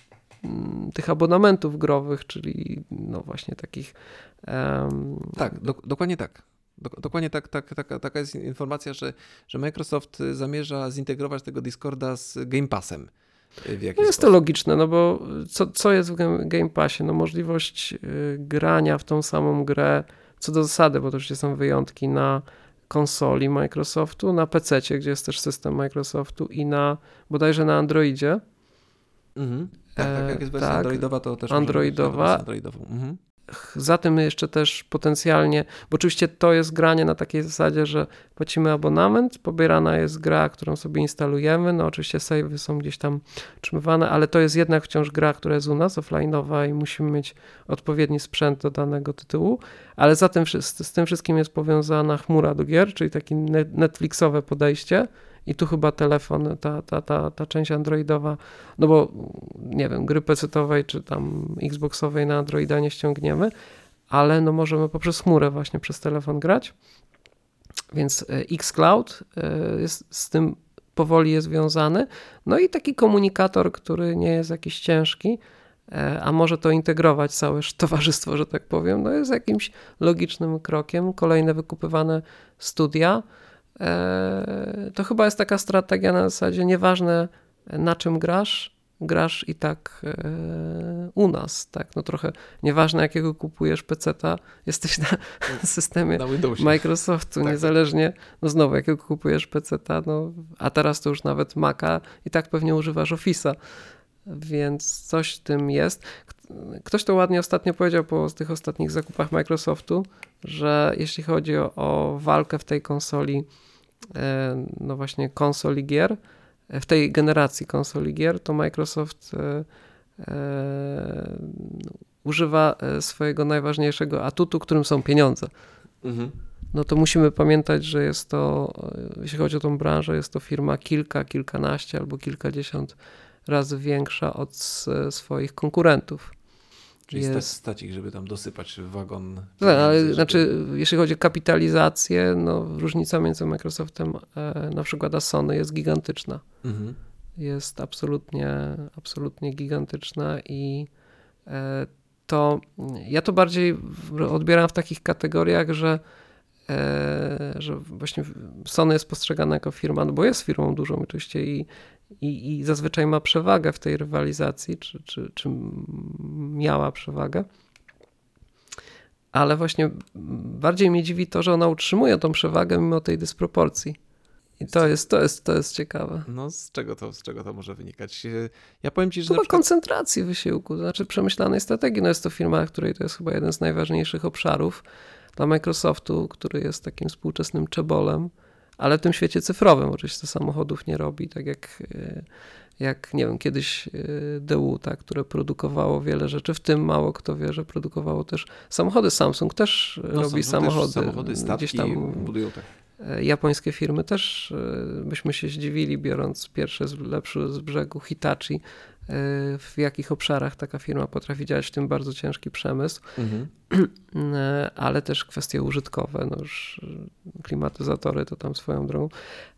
tych abonamentów growych, czyli no właśnie takich... Um...
Tak, do, dokładnie tak. Do, dokładnie tak, tak, taka, taka jest informacja, że, że Microsoft zamierza zintegrować tego Discorda z Game Passem. W jakiś
no jest
sposób.
to logiczne, no bo co, co jest w Game Passie? No możliwość grania w tą samą grę, co do zasady, bo to oczywiście są wyjątki, na konsoli Microsoftu, na pececie, gdzie jest też system Microsoftu i na bodajże na Androidzie.
Mhm. Tak, tak, jak jest wersja tak, androidowa, to też
androidowa.
androidową. Mhm.
Za tym jeszcze też potencjalnie, bo oczywiście to jest granie na takiej zasadzie, że płacimy abonament, pobierana jest gra, którą sobie instalujemy, no oczywiście save'y są gdzieś tam utrzymywane, ale to jest jednak wciąż gra, która jest u nas offline'owa i musimy mieć odpowiedni sprzęt do danego tytułu, ale za tym, z tym wszystkim jest powiązana chmura do gier, czyli takie Netflixowe podejście. I tu chyba telefon, ta, ta, ta, ta część androidowa, no bo nie wiem, gry pecetowej czy tam xboxowej na Androida nie ściągniemy, ale no możemy poprzez chmurę właśnie przez telefon grać. Więc xCloud jest z tym powoli jest związany. No i taki komunikator, który nie jest jakiś ciężki, a może to integrować całe towarzystwo, że tak powiem, no jest jakimś logicznym krokiem. Kolejne wykupywane studia. to chyba jest taka strategia na zasadzie nieważne na czym grasz, grasz i tak u nas, tak, no trochę nieważne jakiego kupujesz peceta, jesteś na systemie
na Windowsie.
Microsoftu, tak. Niezależnie, no znowu jakiego kupujesz peceta, no a teraz to już nawet Maca i tak pewnie używasz Office'a, więc coś w tym jest. Ktoś to ładnie ostatnio powiedział po tych ostatnich zakupach Microsoftu, że jeśli chodzi o, o walkę w tej konsoli, no właśnie konsoli gier, w tej generacji konsoli gier, to Microsoft e, e, używa swojego najważniejszego atutu, którym są pieniądze. Mhm. No to musimy pamiętać, że jest to, jeśli chodzi o tą branżę, jest to firma kilka, kilkanaście albo kilkadziesiąt razy większa od swoich konkurentów.
Czyli jest... stać ich, żeby tam dosypać wagon.
No, ale żeby... znaczy, jeśli chodzi o kapitalizację, no różnica między Microsoftem e, na przykład a Sony jest gigantyczna. Mhm. Jest absolutnie, absolutnie gigantyczna i e, to ja to bardziej odbieram w takich kategoriach, że e, że właśnie Sony jest postrzegana jako firma, no bo jest firmą dużą oczywiście i I, i zazwyczaj ma przewagę w tej rywalizacji, czy, czy, czy miała przewagę. Ale właśnie bardziej mnie dziwi to, że ona utrzymuje tą przewagę mimo tej dysproporcji. I to jest, to jest, to jest ciekawe.
No z czego to, z czego to może wynikać? Ja powiem ci, że
chyba
na przykład...
koncentracji wysiłku, to znaczy przemyślanej strategii. No jest to firma, której to jest chyba jeden z najważniejszych obszarów dla Microsoftu, który jest takim współczesnym czebolem. Ale w tym świecie cyfrowym oczywiście samochodów nie robi, tak jak, jak nie wiem, kiedyś D U, tak, które produkowało wiele rzeczy, w tym mało kto wie, że produkowało też samochody. Samsung też no, robi samochody.
Też samochody, statki gdzieś tam budują tak.
Japońskie firmy też byśmy się zdziwili, biorąc pierwsze lepsze z brzegu Hitachi, w jakich obszarach taka firma potrafi działać, w tym bardzo ciężki przemysł, mhm. ale też kwestie użytkowe, no już klimatyzatory to tam swoją drogą.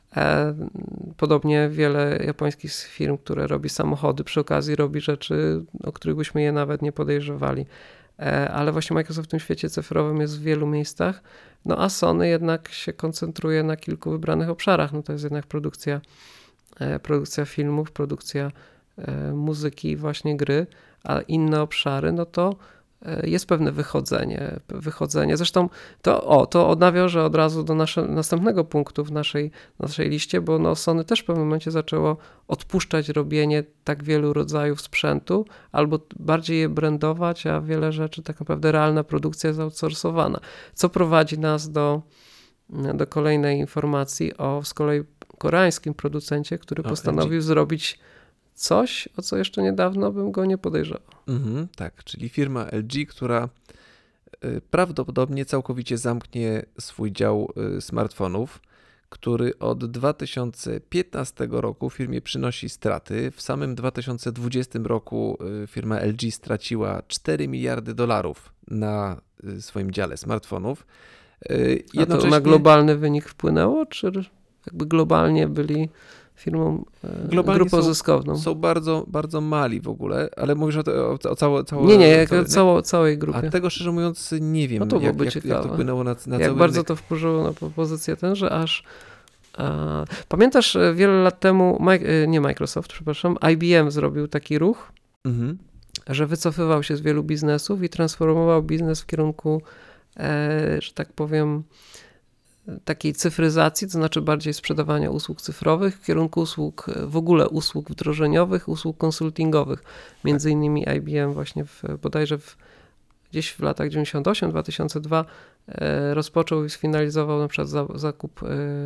Podobnie wiele japońskich firm, które robi samochody, przy okazji robi rzeczy, o których byśmy je nawet nie podejrzewali. Ale właśnie Microsoft w tym świecie cyfrowym jest w wielu miejscach, no a Sony jednak się koncentruje na kilku wybranych obszarach. No to jest jednak produkcja, produkcja filmów, produkcja muzyki, właśnie gry, a inne obszary, no to jest pewne wychodzenie. wychodzenie. Zresztą to, o, to nawiążę od razu do nasze, następnego punktu w naszej, naszej liście, bo no Sony też w pewnym momencie zaczęło odpuszczać robienie tak wielu rodzajów sprzętu, albo bardziej je brandować, a wiele rzeczy tak naprawdę realna produkcja jest outsourcowana. Co prowadzi nas do, do kolejnej informacji o z kolei koreańskim producencie, który postanowił L G. zrobić coś, o co jeszcze niedawno bym go nie podejrzewał.
Mhm, tak, czyli firma L G, która prawdopodobnie całkowicie zamknie swój dział smartfonów, który od dwa tysiące piętnastego roku firmie przynosi straty. W samym dwa tysiące dwudziestym roku firma L G straciła cztery miliardy dolarów na swoim dziale smartfonów.
Jednocześnie... A to na globalny wynik wpłynęło, czy jakby globalnie byli firmą, globalnie grupą
są,
zyskowną?
Są bardzo, bardzo mali w ogóle, ale mówisz o, o, o cało, cało,
Nie, nie, jak cały, cało, całej grupie.
A tego szczerze mówiąc nie wiem,
no to
jak, jak, jak to wpłynęło na, na jak cały
bardzo
rynek.
To wpłynęło na pozycję ten, że aż a, pamiętasz wiele lat temu, nie Microsoft, przepraszam, I B M zrobił taki ruch, mhm. że wycofywał się z wielu biznesów i transformował biznes w kierunku, e, że tak powiem, takiej cyfryzacji, to znaczy bardziej sprzedawania usług cyfrowych w kierunku usług, w ogóle usług wdrożeniowych, usług konsultingowych. Między tak. innymi I B M właśnie w, bodajże w, gdzieś w latach dziewięćdziesiątym ósmym do dwa tysiące drugiego e, rozpoczął i sfinalizował na przykład za, zakup e,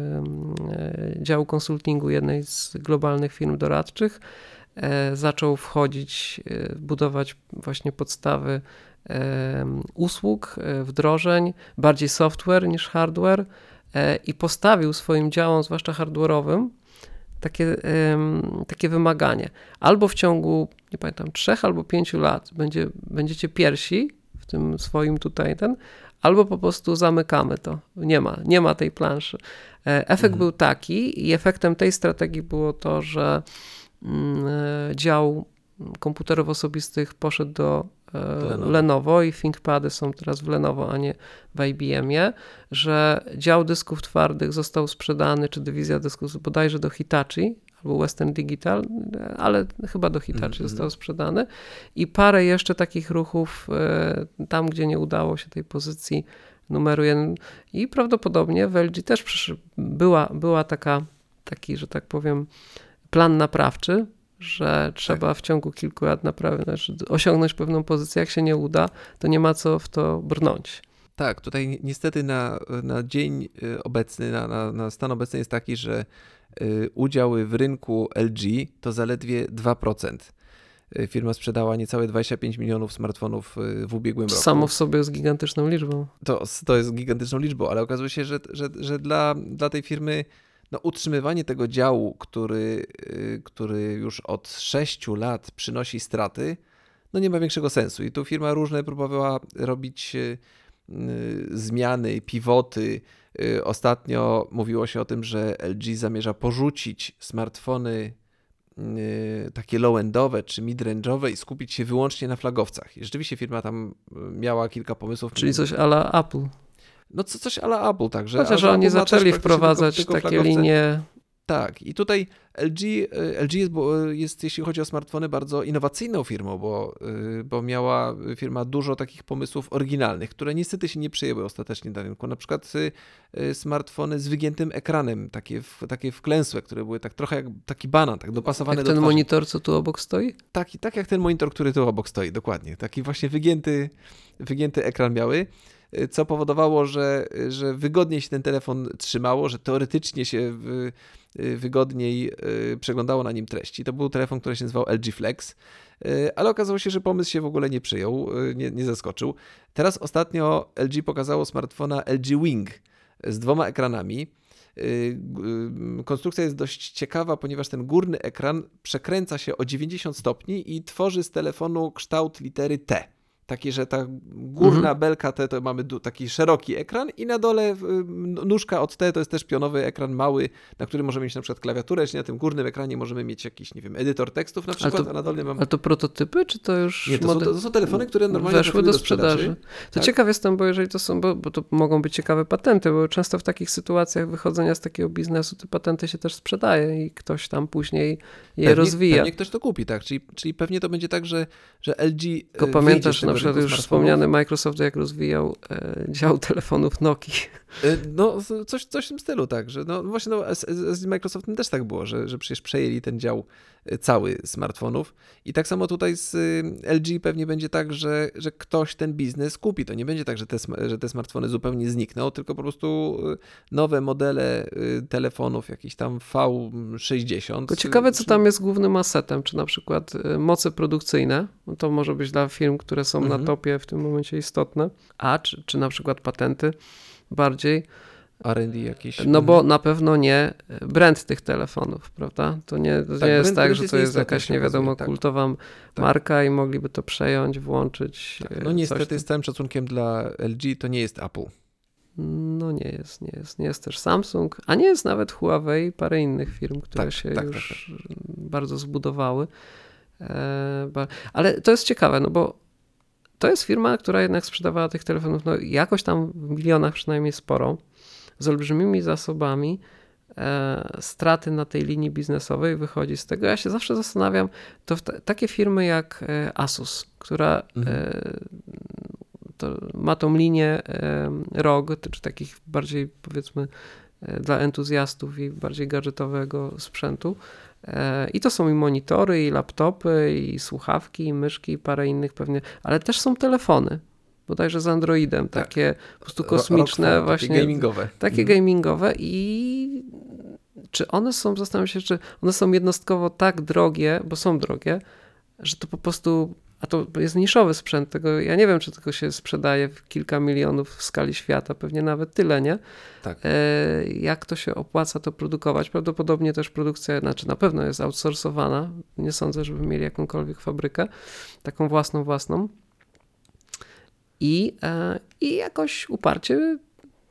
e, działu konsultingu jednej z globalnych firm doradczych. E, zaczął wchodzić, e, budować właśnie podstawy e, usług, e, wdrożeń, bardziej software niż hardware e, i postawił swoim działom, zwłaszcza hardware'owym, takie, e, takie wymaganie. Albo w ciągu, nie pamiętam, trzech albo pięciu lat będzie, będziecie pierwsi w tym swoim tutaj ten, albo po prostu zamykamy to. Nie ma, nie ma tej planszy. E, efekt mhm. był taki i efektem tej strategii było to, że dział komputerów osobistych poszedł do Lenovo. Lenovo i ThinkPady są teraz w Lenovo, a nie w I B M-ie, że dział dysków twardych został sprzedany, czy dywizja dysków bodajże do Hitachi, albo Western Digital, ale chyba do Hitachi mm-hmm. został sprzedany i parę jeszcze takich ruchów tam, gdzie nie udało się tej pozycji numeru jeden i prawdopodobnie w L G też była, była taka, taki, że tak powiem, plan naprawczy, że trzeba tak. w ciągu kilku lat naprawdę znaczy osiągnąć pewną pozycję. Jak się nie uda, to nie ma co w to brnąć.
Tak, tutaj niestety na, na dzień obecny, na, na, na stan obecny jest taki, że udziały w rynku L G to zaledwie dwa procent. Firma sprzedała niecałe dwadzieścia pięć milionów smartfonów w ubiegłym roku.
Samo w sobie jest gigantyczną liczbą.
To, to jest gigantyczną liczbą, ale okazuje się, że, że, że dla, dla tej firmy no, utrzymywanie tego działu, który, który już od sześciu lat przynosi straty, no nie ma większego sensu. I tu firma różne próbowała robić zmiany, pivoty. Ostatnio mówiło się o tym, że L G zamierza porzucić smartfony takie low-endowe czy mid-range'owe i skupić się wyłącznie na flagowcach. I rzeczywiście firma tam miała kilka pomysłów.
Czyli coś a la Apple.
No co, coś a la Apple także.
Chociaż oni zaczęli wprowadzać tylko, tylko takie linie.
Tak, i tutaj L G, L G jest, jest, jeśli chodzi o smartfony, bardzo innowacyjną firmą, bo, bo miała firma dużo takich pomysłów oryginalnych, które niestety się nie przyjęły ostatecznie na rynku. Na przykład smartfony z wygiętym ekranem, takie, takie wklęsłe, które były tak trochę jak taki banan, tak dopasowane
jak
do
ten
twarzy.
Monitor, co tu obok stoi?
Tak, tak jak ten monitor, który tu obok stoi, dokładnie. Taki właśnie wygięty, wygięty ekran miały, co powodowało, że, że wygodniej się ten telefon trzymało, że teoretycznie się wygodniej przeglądało na nim treści. To był telefon, który się nazywał L G Flex, ale okazało się, że pomysł się w ogóle nie przyjął, nie, nie zaskoczył. Teraz ostatnio L G pokazało smartfona L G Wing z dwoma ekranami. Konstrukcja jest dość ciekawa, ponieważ ten górny ekran przekręca się o dziewięćdziesiąt stopni i tworzy z telefonu kształt litery T. Taki, że ta górna mhm. belka T to mamy taki szeroki ekran i na dole nóżka od T to jest też pionowy ekran mały, na którym możemy mieć na przykład klawiaturę, czyli na tym górnym ekranie możemy mieć jakiś, nie wiem, edytor tekstów na przykład,
to,
a na dole mamy...
Ale to prototypy, czy to już...
Nie, to, model... są, to są telefony, które normalnie
weszły do sprzedaży. sprzedaży. To
tak?
Ciekaw jestem, bo jeżeli to są, bo, bo to mogą być ciekawe patenty, bo często w takich sytuacjach wychodzenia z takiego biznesu te patenty się też sprzedaje i ktoś tam później je
pewnie,
rozwija.
Pewnie ktoś to kupi, tak, czyli, czyli pewnie to będzie tak, że, że L G...
Tylko pamiętasz na przykład już wspomniany Microsoft, jak rozwijał e, dział telefonów Nokii.
No, coś, coś w tym stylu, tak, że no właśnie no, z, z Microsoftem też tak było, że, że przecież przejęli ten dział cały smartfonów i tak samo tutaj z L G pewnie będzie tak, że, że ktoś ten biznes kupi. To nie będzie tak, że te, że te smartfony zupełnie znikną, tylko po prostu nowe modele telefonów, jakiś tam V sześćdziesiąt.
To ciekawe, co tam jest głównym asetem, czy na przykład moce produkcyjne, no to może być dla firm, które są mhm. na topie w tym momencie istotne, a czy, czy na przykład patenty bardziej.
R and D jakieś.
No bo na pewno nie brand tych telefonów, prawda? To nie, to tak, nie jest tak, że to jest jakaś nie wiadomo tak. kultowa tak. marka i mogliby to przejąć, włączyć.
Tak. No niestety z całym szacunkiem dla L G to nie jest Apple.
No nie jest, nie jest. Nie jest też Samsung, a nie jest nawet Huawei i parę innych firm, które
tak,
się
tak,
już
tak, tak.
bardzo zbudowały. Ale to jest ciekawe, no bo to jest firma, która jednak sprzedawała tych telefonów no jakoś tam w milionach przynajmniej sporo, z olbrzymimi zasobami. E, straty na tej linii biznesowej wychodzi z tego. Ja się zawsze zastanawiam, to t- takie firmy jak Asus, która mhm. e, to ma tą linię e, R O G, czy takich bardziej powiedzmy e, dla entuzjastów i bardziej gadżetowego sprzętu. E, I to są i monitory, i laptopy, i słuchawki, i myszki, i parę innych pewnie, ale też są telefony. Bodajże z Androidem, tak. takie po prostu kosmiczne,
Rockfall,
właśnie.
Takie gamingowe.
Takie mhm. gamingowe i czy one są, zastanawiam się, czy one są jednostkowo tak drogie, bo są drogie, że to po prostu, a to jest niszowy sprzęt, tego ja nie wiem, czy tylko się sprzedaje w kilka milionów w skali świata, pewnie nawet tyle, nie?
Tak.
E, jak to się opłaca to produkować? Prawdopodobnie też produkcja, znaczy na pewno jest outsourcowana, nie sądzę, żeby mieli jakąkolwiek fabrykę, taką własną, własną. I, e, I jakoś uparcie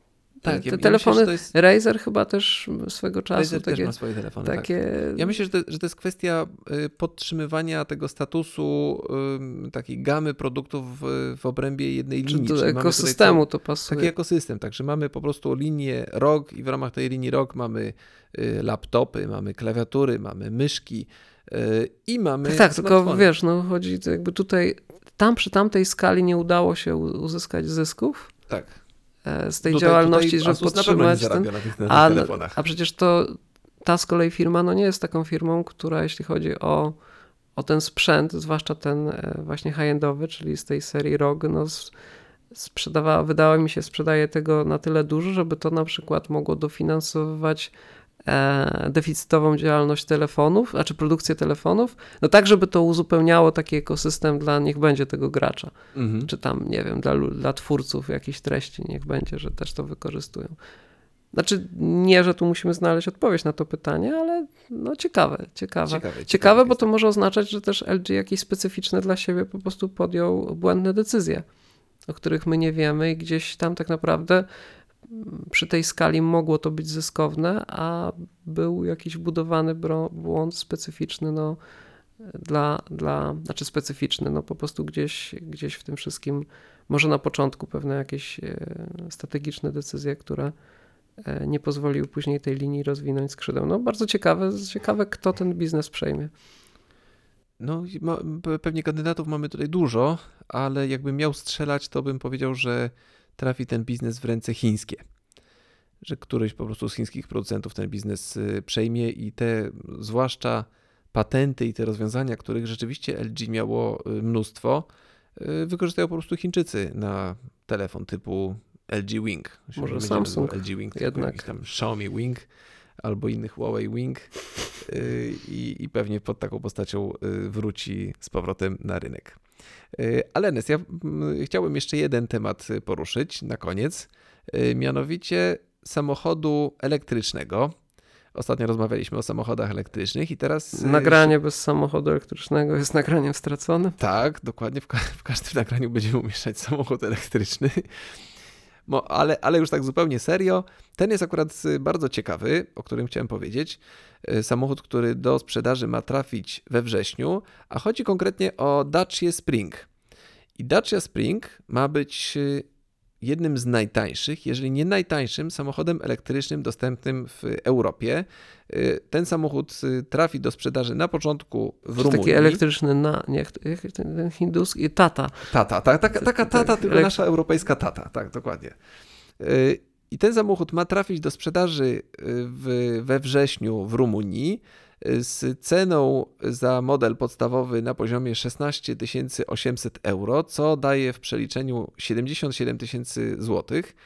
Tak,
te
ja, ja
telefony,
myślę, że to jest...
Razer chyba też swego czasu.
Razer
takie,
też ma swoje telefony,
takie...
tak. Ja myślę, że to, że to jest kwestia podtrzymywania tego statusu y, takiej gamy produktów w, w obrębie jednej
Czy
linii.
do
Czyli
ekosystemu
mamy
to pasuje.
Taki ekosystem, także mamy po prostu linię R O G i w ramach tej linii R O G mamy y, laptopy, mamy klawiatury, mamy myszki y, i mamy
Tak, tak,
smartfony.
tylko wiesz, no chodzi to jakby tutaj, tam przy tamtej skali nie udało się uzyskać zysków.
Tak.
Z tej
Tutaj,
działalności,
tutaj
żeby
Asus na pewno nie
podtrzymać
zarabia
ten,
na tych, na tych
a,
telefonach.
a przecież to ta z kolei firma no nie jest taką firmą, która jeśli chodzi o, o ten sprzęt, zwłaszcza ten właśnie high-endowy, czyli z tej serii R O G, no sprzedawała, wydało mi się, sprzedaje tego na tyle dużo, żeby to na przykład mogło dofinansowywać e, deficytową działalność telefonów, znaczy produkcję telefonów, no tak, żeby to uzupełniało taki ekosystem dla, niech będzie tego gracza, mhm. czy tam, nie wiem, dla, dla twórców jakichś treści, niech będzie, że też to wykorzystują. Znaczy nie, że tu musimy znaleźć odpowiedź na to pytanie, ale no ciekawe, ciekawe. Ciekawe, ciekawe, ciekawe bo to może oznaczać, że też L G jakieś specyficzne dla siebie po prostu podjął błędne decyzje, o których my nie wiemy i gdzieś tam tak naprawdę przy tej skali mogło to być zyskowne, a był jakiś budowany błąd specyficzny, no dla, dla, znaczy specyficzny, no po prostu gdzieś, gdzieś w tym wszystkim, może na początku pewne jakieś strategiczne decyzje, które nie pozwoliły później tej linii rozwinąć skrzydeł. No bardzo ciekawe, ciekawe kto ten biznes przejmie.
No ma, pewnie kandydatów mamy tutaj dużo, ale jakbym miał strzelać, to bym powiedział, że trafi ten biznes w ręce chińskie. Że któryś po prostu z chińskich producentów ten biznes przejmie i te zwłaszcza patenty i te rozwiązania, których rzeczywiście L G miało mnóstwo, wykorzystają po prostu Chińczycy na telefon typu L G Wing.
Może Samsung
L G Wing,
jednak.
Tam Xiaomi Wing albo innych Huawei Wing i, i pewnie pod taką postacią wróci z powrotem na rynek. Ale Ernest, ja chciałbym jeszcze jeden temat poruszyć na koniec, mianowicie samochodu elektrycznego. Ostatnio rozmawialiśmy o samochodach elektrycznych i teraz...
Nagranie bez samochodu elektrycznego jest nagraniem straconym?
Tak, dokładnie. W, ka- w każdym nagraniu będziemy umieszczać samochód elektryczny. No, ale, ale już tak zupełnie serio, ten jest akurat bardzo ciekawy, o którym chciałem powiedzieć. Samochód, który do sprzedaży ma trafić we wrześniu, a chodzi konkretnie o Dacia Spring. I Dacia Spring ma być jednym z najtańszych, jeżeli nie najtańszym samochodem elektrycznym dostępnym w Europie. Ten samochód trafi do sprzedaży na początku w Rumunii.
Taki elektryczny, na, nie, ten hinduski, Tata.
Tata, tak, taka, taka Tata, tylko nasza europejska Tata, tak, dokładnie. I ten samochód ma trafić do sprzedaży w, we wrześniu w Rumunii z ceną za model podstawowy na poziomie szesnaście tysięcy osiemset euro, co daje w przeliczeniu siedemdziesiąt siedem tysięcy złotych.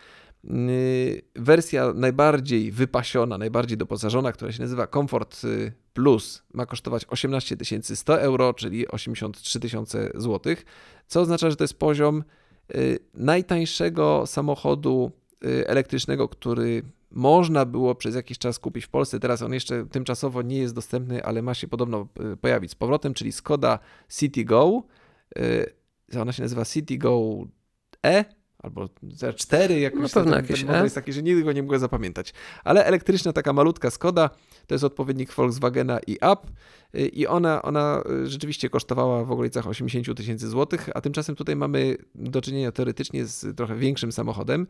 Wersja najbardziej wypasiona, najbardziej doposażona, która się nazywa Comfort Plus, ma kosztować osiemnaście tysięcy sto euro, czyli osiemdziesiąt trzy tysiące złotych, co oznacza, że to jest poziom najtańszego samochodu elektrycznego, który można było przez jakiś czas kupić w Polsce. Teraz on jeszcze tymczasowo nie jest dostępny, ale ma się podobno pojawić z powrotem, czyli Skoda Citigo. Ona się nazywa Citigo E albo zero cztery, jakoś
no pewno jakieś
ten model jest taki, że nigdy go nie mogę zapamiętać. Ale elektryczna, taka malutka Skoda, to jest odpowiednik Volkswagena i Up i ona, ona rzeczywiście kosztowała w okolicach osiemdziesiąt tysięcy złotych, a tymczasem tutaj mamy do czynienia teoretycznie z trochę większym samochodem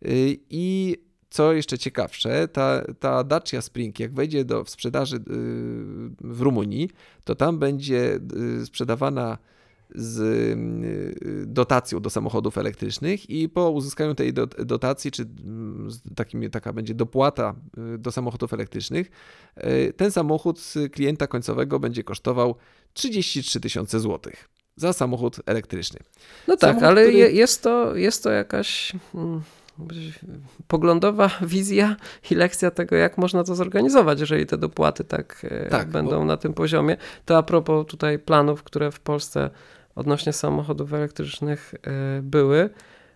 i co jeszcze ciekawsze, ta, ta Dacia Spring, jak wejdzie do, w sprzedaży w Rumunii, to tam będzie sprzedawana z dotacją do samochodów elektrycznych i po uzyskaniu tej dotacji, czy takim, taka będzie dopłata do samochodów elektrycznych, ten samochód klienta końcowego będzie kosztował trzydzieści trzy tysiące złotych za samochód elektryczny.
No tak,
samochód,
ale
który...
jest, to, jest to jakaś... Hmm... poglądowa wizja i lekcja tego, jak można to zorganizować, jeżeli te dopłaty tak, tak będą bo... na tym poziomie. To a propos tutaj planów, które w Polsce odnośnie samochodów elektrycznych były.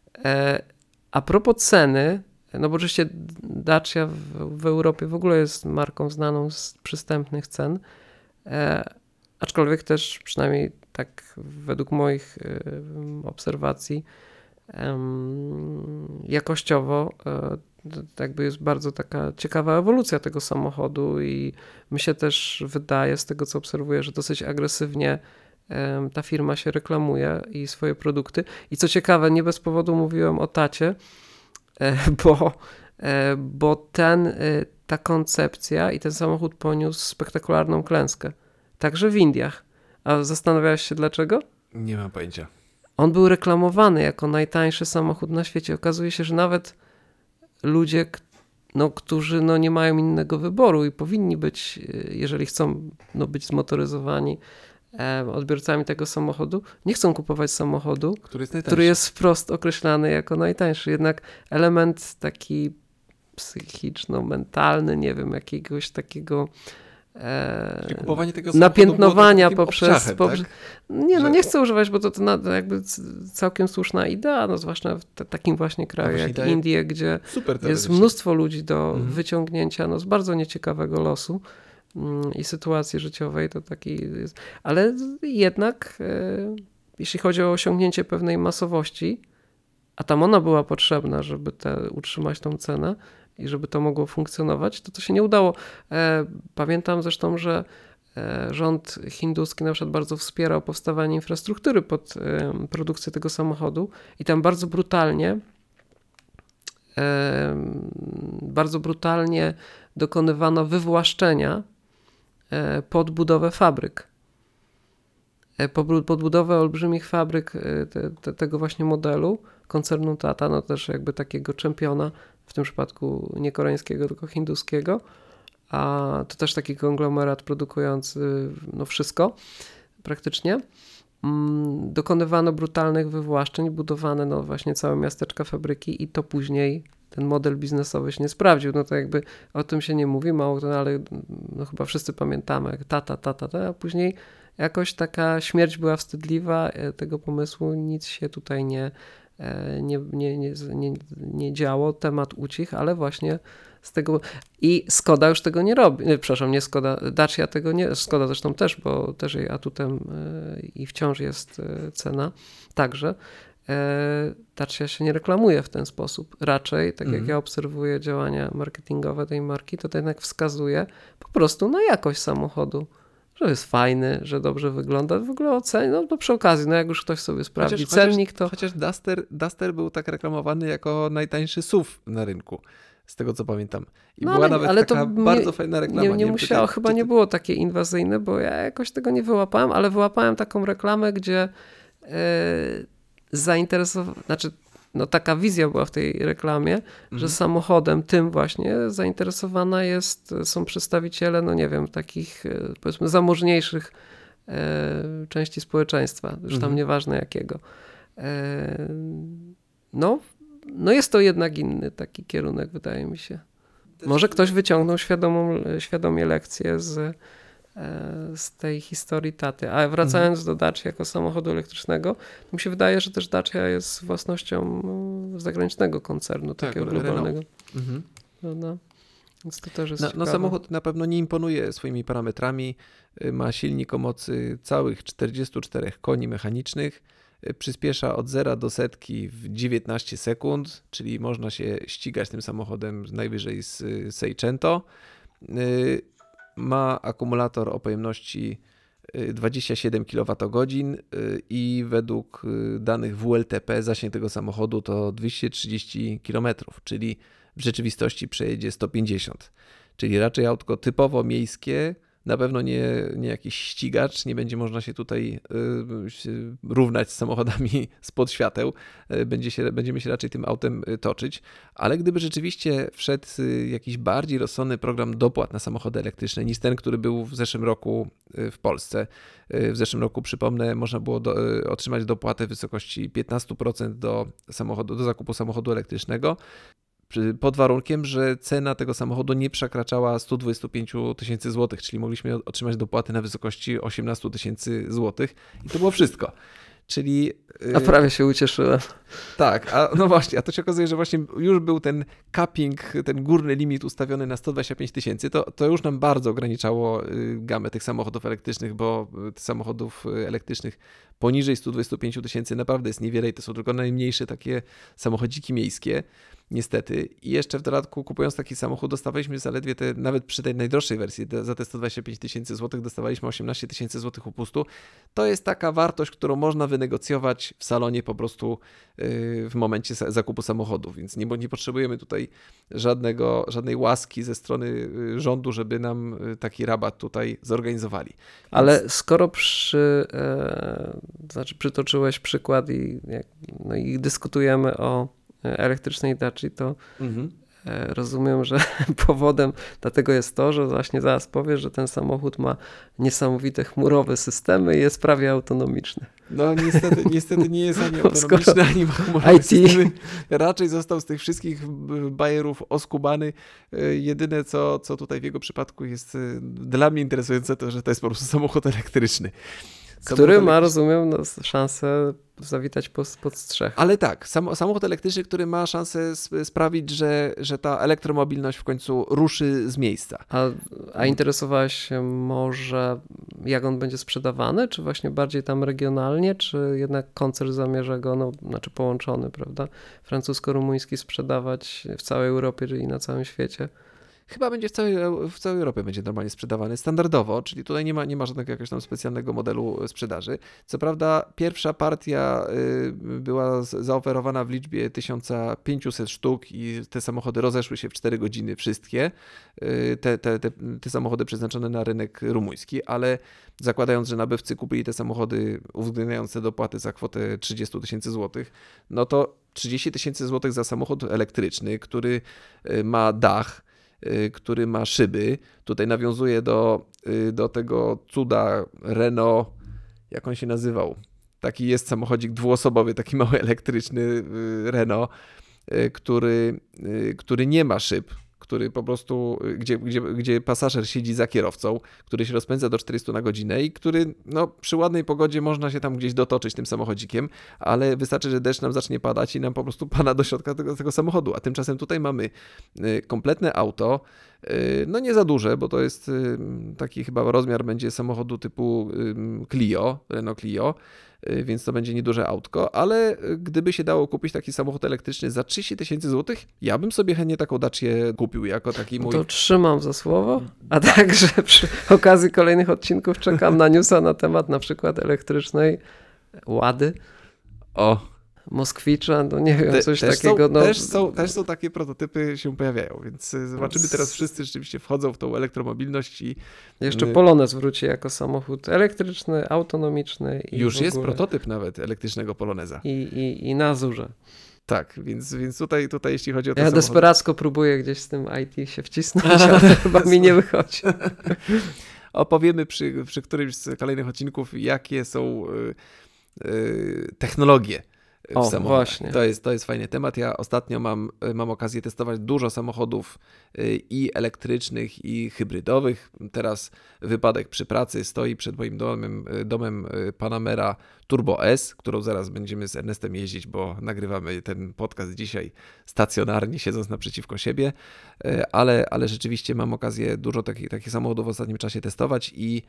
A propos ceny, no bo oczywiście Dacia w, w Europie w ogóle jest marką znaną z przystępnych cen, aczkolwiek też przynajmniej tak według moich obserwacji jakościowo to jakby jest bardzo taka ciekawa ewolucja tego samochodu i mi się też wydaje, z tego co obserwuję, że dosyć agresywnie ta firma się reklamuje i swoje produkty. I co ciekawe, nie bez powodu mówiłem o Tacie, bo, bo ten, ta koncepcja i ten samochód poniósł spektakularną klęskę. Także w Indiach. A zastanawiałeś się dlaczego?
Nie mam pojęcia.
On był reklamowany jako najtańszy samochód na świecie. Okazuje się, że nawet ludzie, no, którzy no, nie mają innego wyboru i powinni być, jeżeli chcą no, być zmotoryzowani e, odbiorcami tego samochodu, nie chcą kupować samochodu,
który jest,
który jest wprost określany jako najtańszy. Jednak element taki psychiczno-mentalny, nie wiem, jakiegoś takiego
Czyli kupowanie tego
napiętnowania poprzez...
obciachem,
poprzez
tak?
Nie, no
Że...
nie chcę używać, bo to, to na, jakby całkiem słuszna idea, no zwłaszcza w te, takim właśnie kraju jak
daje...
Indie, gdzie
Super
jest mnóstwo ludzi do
mhm.
wyciągnięcia no, z bardzo nieciekawego losu mm, i sytuacji życiowej, to taki jest... Ale jednak e, jeśli chodzi o osiągnięcie pewnej masowości, a tam ona była potrzebna, żeby te, utrzymać tą cenę, i żeby to mogło funkcjonować, to to się nie udało. Pamiętam zresztą, że rząd hinduski na przykład bardzo wspierał powstawanie infrastruktury pod produkcję tego samochodu i tam bardzo brutalnie bardzo brutalnie dokonywano wywłaszczenia pod budowę fabryk. Pod budowę olbrzymich fabryk te, te, tego właśnie modelu koncernu Tata, no też jakby takiego czempiona, w tym przypadku nie koreańskiego, tylko hinduskiego, a to też taki konglomerat produkujący no wszystko praktycznie. Dokonywano brutalnych wywłaszczeń, budowane no właśnie całe miasteczka, fabryki i to później ten model biznesowy się nie sprawdził. No to jakby o tym się nie mówi, mało kto, ale no chyba wszyscy pamiętamy, jak tata, tata, tata, a później jakoś taka śmierć była wstydliwa tego pomysłu, nic się tutaj nie Nie, nie, nie, nie, nie działo, temat ucichł, ale właśnie z tego i Skoda już tego nie robi, nie, przepraszam, nie Skoda, Dacia tego nie, Skoda zresztą też, bo też jej atutem i wciąż jest cena także. Dacia się nie reklamuje w ten sposób. Raczej, tak jak mm. ja obserwuję działania marketingowe tej marki, to, to jednak wskazuje po prostu na jakość samochodu. Że jest fajny, że dobrze wygląda. W ogóle oceni, no to przy okazji, no jak już ktoś sobie sprawdzi
chociaż,
cennik, to...
Chociaż Duster, Duster był tak reklamowany jako najtańszy S U V na rynku, z tego co pamiętam. I
no,
była
ale,
nawet
ale
taka
to
bardzo
nie,
fajna reklama.
Nie, nie,
nie wiem,
musiało,
ty,
chyba
ty, ty...
nie było takie inwazyjne, bo ja jakoś tego nie wyłapałem, ale wyłapałem taką reklamę, gdzie yy, zainteresowałem, znaczy no taka wizja była w tej reklamie, mm. że samochodem tym właśnie zainteresowana jest, są przedstawiciele, no nie wiem, takich powiedzmy zamożniejszych części społeczeństwa, już tam mm. nieważne jakiego. No, no jest to jednak inny taki kierunek, wydaje mi się. Może ktoś wyciągnął świadomą, świadomie lekcję z, z tej historii taty. A wracając mm. do Dacia jako samochodu elektrycznego, to mi się wydaje, że też Dacia jest własnością zagranicznego koncernu,
tak,
takiego globalnego.
Mm-hmm.
No, no. Więc to też jest
no, no samochód na pewno nie imponuje swoimi parametrami. Ma silnik o mocy całych czterdziestu czterech koni mechanicznych. Przyspiesza od zera do setki w dziewiętnaście sekund, czyli można się ścigać tym samochodem najwyżej z Seicento. Ma akumulator o pojemności dwadzieścia siedem kilowatogodzin i według danych W L T P zasięg tego samochodu to dwieście trzydzieści kilometrów, czyli w rzeczywistości przejedzie sto pięćdziesiąt. Czyli raczej autko typowo miejskie, na pewno nie, nie jakiś ścigacz, nie będzie można się tutaj y, równać z samochodami spod świateł, będzie się, będziemy się raczej tym autem toczyć, ale gdyby rzeczywiście wszedł jakiś bardziej rozsądny program dopłat na samochody elektryczne niż ten, który był w zeszłym roku w Polsce. W zeszłym roku, przypomnę, można było do, otrzymać dopłatę w wysokości piętnaście procent do, samochodu, do zakupu samochodu elektrycznego, pod warunkiem, że cena tego samochodu nie przekraczała sto dwadzieścia pięć tysięcy złotych, czyli mogliśmy otrzymać dopłaty na wysokości osiemnaście tysięcy złotych i to było wszystko. Czyli...
A prawie się ucieszyłem.
Tak, a no właśnie, a to się okazuje, że właśnie już był ten capping, ten górny limit ustawiony na sto dwadzieścia pięć tysięcy, to, to już nam bardzo ograniczało gamę tych samochodów elektrycznych, bo samochodów elektrycznych poniżej sto dwadzieścia pięć tysięcy naprawdę jest niewiele i to są tylko najmniejsze takie samochodziki miejskie, niestety. I jeszcze w dodatku kupując taki samochód dostawaliśmy zaledwie te, nawet przy tej najdroższej wersji, za te sto dwadzieścia pięć tysięcy złotych dostawaliśmy osiemnaście tysięcy złotych upustu. To jest taka wartość, którą można wynegocjować w salonie po prostu w momencie zakupu samochodu, więc nie, nie potrzebujemy tutaj żadnego, żadnej łaski ze strony rządu, żeby nam taki rabat tutaj zorganizowali. Więc...
Ale skoro przy, e, znaczy przytoczyłeś przykład i, no i dyskutujemy o elektrycznej Daci, to mhm. rozumiem, że powodem dlatego jest to, że właśnie zaraz powiesz, że ten samochód ma niesamowite chmurowe systemy i jest prawie autonomiczny.
No niestety, niestety nie jest ani autonomiczny, ani ma chmurowe systemy. Raczej został z tych wszystkich bajerów oskubany. Jedyne, co, co tutaj w jego przypadku jest dla mnie interesujące, to, że to jest po prostu samochód elektryczny.
Który ma, rozumiem, no, szansę zawitać pod, pod strzech.
Ale tak, sam, samochód elektryczny, który ma szansę sprawić, że, że ta elektromobilność w końcu ruszy z miejsca.
A, a interesowałeś się może, jak on będzie sprzedawany? Czy właśnie bardziej tam regionalnie, czy jednak koncern zamierza go, no, znaczy połączony, prawda, francusko-rumuński sprzedawać w całej Europie, czyli na całym świecie?
Chyba będzie w całej, w całej Europie będzie normalnie sprzedawany standardowo, czyli tutaj nie ma, nie ma żadnego jakiegoś tam specjalnego modelu sprzedaży. Co prawda pierwsza partia była zaoferowana w liczbie tysiąc pięćset sztuk i te samochody rozeszły się w cztery godziny wszystkie, te, te, te, te samochody przeznaczone na rynek rumuński, ale zakładając, że nabywcy kupili te samochody uwzględniając te dopłaty za kwotę trzydzieści tysięcy złotych, no to trzydzieści tysięcy złotych za samochód elektryczny, który ma dach, który ma szyby. Tutaj nawiązuje do, do tego cuda Renault, jak on się nazywał. Taki jest samochodzik dwuosobowy, taki mały elektryczny Renault, który, który nie ma szyb, który po prostu, gdzie, gdzie, gdzie pasażer siedzi za kierowcą, który się rozpędza do czterystu na godzinę i który no, przy ładnej pogodzie można się tam gdzieś dotoczyć tym samochodzikiem, ale wystarczy, że deszcz nam zacznie padać i nam po prostu pada do środka tego, tego samochodu. A tymczasem tutaj mamy kompletne auto, no nie za duże, bo to jest taki chyba rozmiar będzie samochodu typu Clio, Renault Clio, więc to będzie nieduże autko, ale gdyby się dało kupić taki samochód elektryczny za trzydzieści tysięcy złotych, ja bym sobie chętnie taką Dacię kupił jako taki mój...
To trzymam za słowo, a także przy okazji kolejnych odcinków czekam na newsa na temat na przykład elektrycznej Łady.
O!
Moskwicza, no nie wiem,
Te,
coś
też
takiego.
Są,
no...
też, są, też są takie prototypy się pojawiają, więc zobaczymy teraz wszyscy rzeczywiście wchodzą w tą elektromobilność i...
Jeszcze Polonez wróci jako samochód elektryczny, autonomiczny. I
już
w ogóle...
jest prototyp nawet elektrycznego Poloneza.
I, i, i na Azurze.
Tak, więc, więc tutaj, tutaj jeśli chodzi o te
Ja
samochody...
desperacko próbuję gdzieś z tym I T się wcisnąć, ale chyba mi nie wychodzi.
Opowiemy przy, przy którymś z kolejnych odcinków, jakie są y, y, technologie w
o,
samochodach.
Właśnie.
To jest, to jest fajny temat. Ja ostatnio mam, mam okazję testować dużo samochodów i elektrycznych, i hybrydowych. Teraz wypadek przy pracy stoi przed moim domem, domem Panamera Turbo S, którą zaraz będziemy z Ernestem jeździć, bo nagrywamy ten podcast dzisiaj stacjonarnie, siedząc naprzeciwko siebie, ale, ale rzeczywiście mam okazję dużo takich, takich samochodów w ostatnim czasie testować i,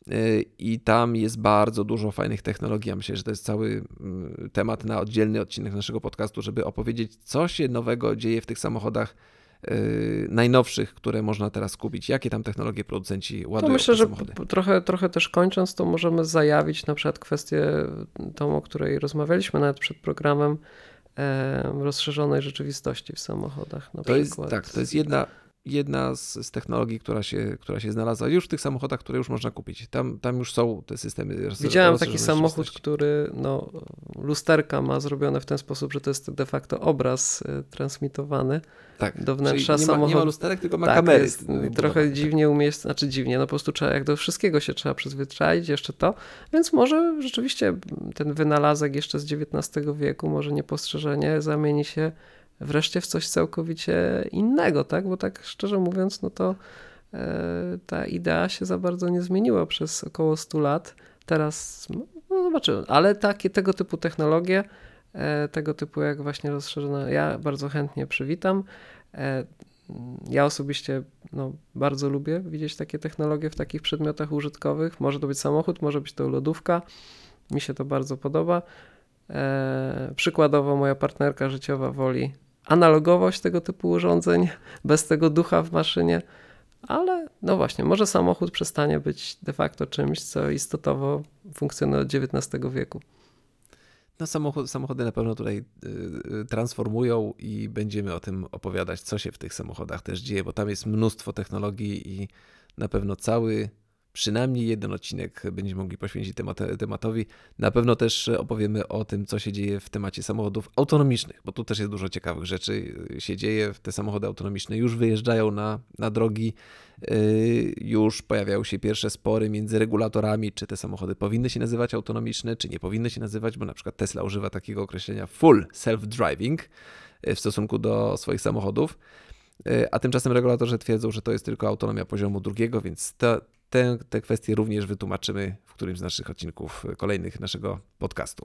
i tam jest bardzo dużo fajnych technologii. Ja myślę, że to jest cały temat na oddzielny odcinek naszego podcastu, żeby opowiedzieć, co się nowego dzieje w tych samochodach Yy, najnowszych, które można teraz kupić. Jakie tam technologie producenci ładują
to myślę,
te samochody?
Że trochę, trochę też kończąc, to możemy zajawić na przykład kwestię tą, o której rozmawialiśmy nawet przed programem, e, rozszerzonej rzeczywistości w samochodach. Na
to
przykład.
Jest, tak, to jest jedna, jedna z, z technologii, która się, która się znalazła już w tych samochodach, które już można kupić. Tam, tam już są te systemy rozszerzonej
Widziałem taki samochód, który no, lusterka ma zrobione w ten sposób, że to jest de facto obraz y, transmitowany
tak,
do wnętrza
nie
samochodu.
Ma, nie ma lusterek, tylko ma
tak,
kamery.
Jest trochę dziwnie umiejsc... znaczy dziwnie, no po prostu trzeba, jak do wszystkiego się trzeba przyzwyczaić, jeszcze to, więc może rzeczywiście ten wynalazek jeszcze z dziewiętnastego wieku, może niepostrzeżenie zamieni się wreszcie w coś całkowicie innego, tak? Bo tak szczerze mówiąc, no to e, ta idea się za bardzo nie zmieniła przez około stu lat. Teraz, no zobaczymy, ale takie, tego typu technologie, e, tego typu jak właśnie rozszerzone, ja bardzo chętnie przywitam. E, ja osobiście no, bardzo lubię widzieć takie technologie w takich przedmiotach użytkowych. Może to być samochód, może być to lodówka, mi się to bardzo podoba. E, przykładowo moja partnerka życiowa woli analogowość tego typu urządzeń, bez tego ducha w maszynie, ale no właśnie, może samochód przestanie być de facto czymś, co istotowo funkcjonuje od dziewiętnastego wieku.
No samochody, samochody na pewno tutaj y, transformują i będziemy o tym opowiadać, co się w tych samochodach też dzieje, bo tam jest mnóstwo technologii i na pewno cały, przynajmniej jeden odcinek będziemy mogli poświęcić temat, tematowi. Na pewno też opowiemy o tym, co się dzieje w temacie samochodów autonomicznych, bo tu też jest dużo ciekawych rzeczy się dzieje. Te samochody autonomiczne już wyjeżdżają na, na drogi, yy, już pojawiają się pierwsze spory między regulatorami, czy te samochody powinny się nazywać autonomiczne, czy nie powinny się nazywać, bo na przykład Tesla używa takiego określenia full self-driving w stosunku do swoich samochodów, a tymczasem regulatorzy twierdzą, że to jest tylko autonomia poziomu drugiego, więc to Te, te kwestie również wytłumaczymy w którymś z naszych odcinków kolejnych naszego podcastu.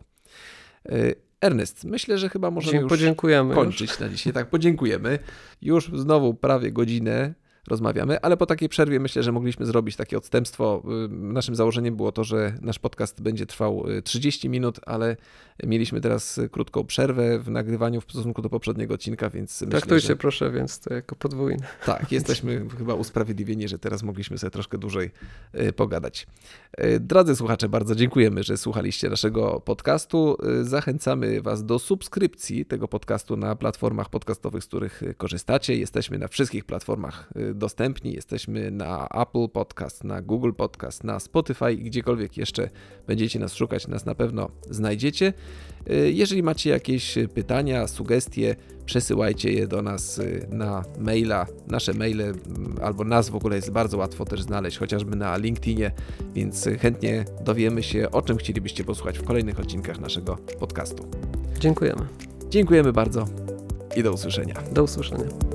Ernest, myślę, że chyba możemy już
podziękujemy
kończyć
już.
na dzisiaj. Tak, podziękujemy. Już znowu prawie godzinę rozmawiamy, ale po takiej przerwie myślę, że mogliśmy zrobić takie odstępstwo. Naszym założeniem było to, że nasz podcast będzie trwał trzydzieści minut, ale mieliśmy teraz krótką przerwę w nagrywaniu w stosunku do poprzedniego odcinka, więc
Traktujcie
myślę, że...
proszę, więc to jako podwójne.
Tak, jesteśmy chyba usprawiedliwieni, że teraz mogliśmy sobie troszkę dłużej pogadać. Drodzy słuchacze, bardzo dziękujemy, że słuchaliście naszego podcastu. Zachęcamy Was do subskrypcji tego podcastu na platformach podcastowych, z których korzystacie. Jesteśmy na wszystkich platformach dostępni. Jesteśmy na Apple Podcast, na Google Podcast, na Spotify i gdziekolwiek jeszcze będziecie nas szukać, nas na pewno znajdziecie. Jeżeli macie jakieś pytania, sugestie, przesyłajcie je do nas na maila. Nasze maile albo nas w ogóle jest bardzo łatwo też znaleźć, chociażby na LinkedInie, więc chętnie dowiemy się, o czym chcielibyście posłuchać w kolejnych odcinkach naszego podcastu.
Dziękujemy.
Dziękujemy bardzo i do usłyszenia.
Do usłyszenia.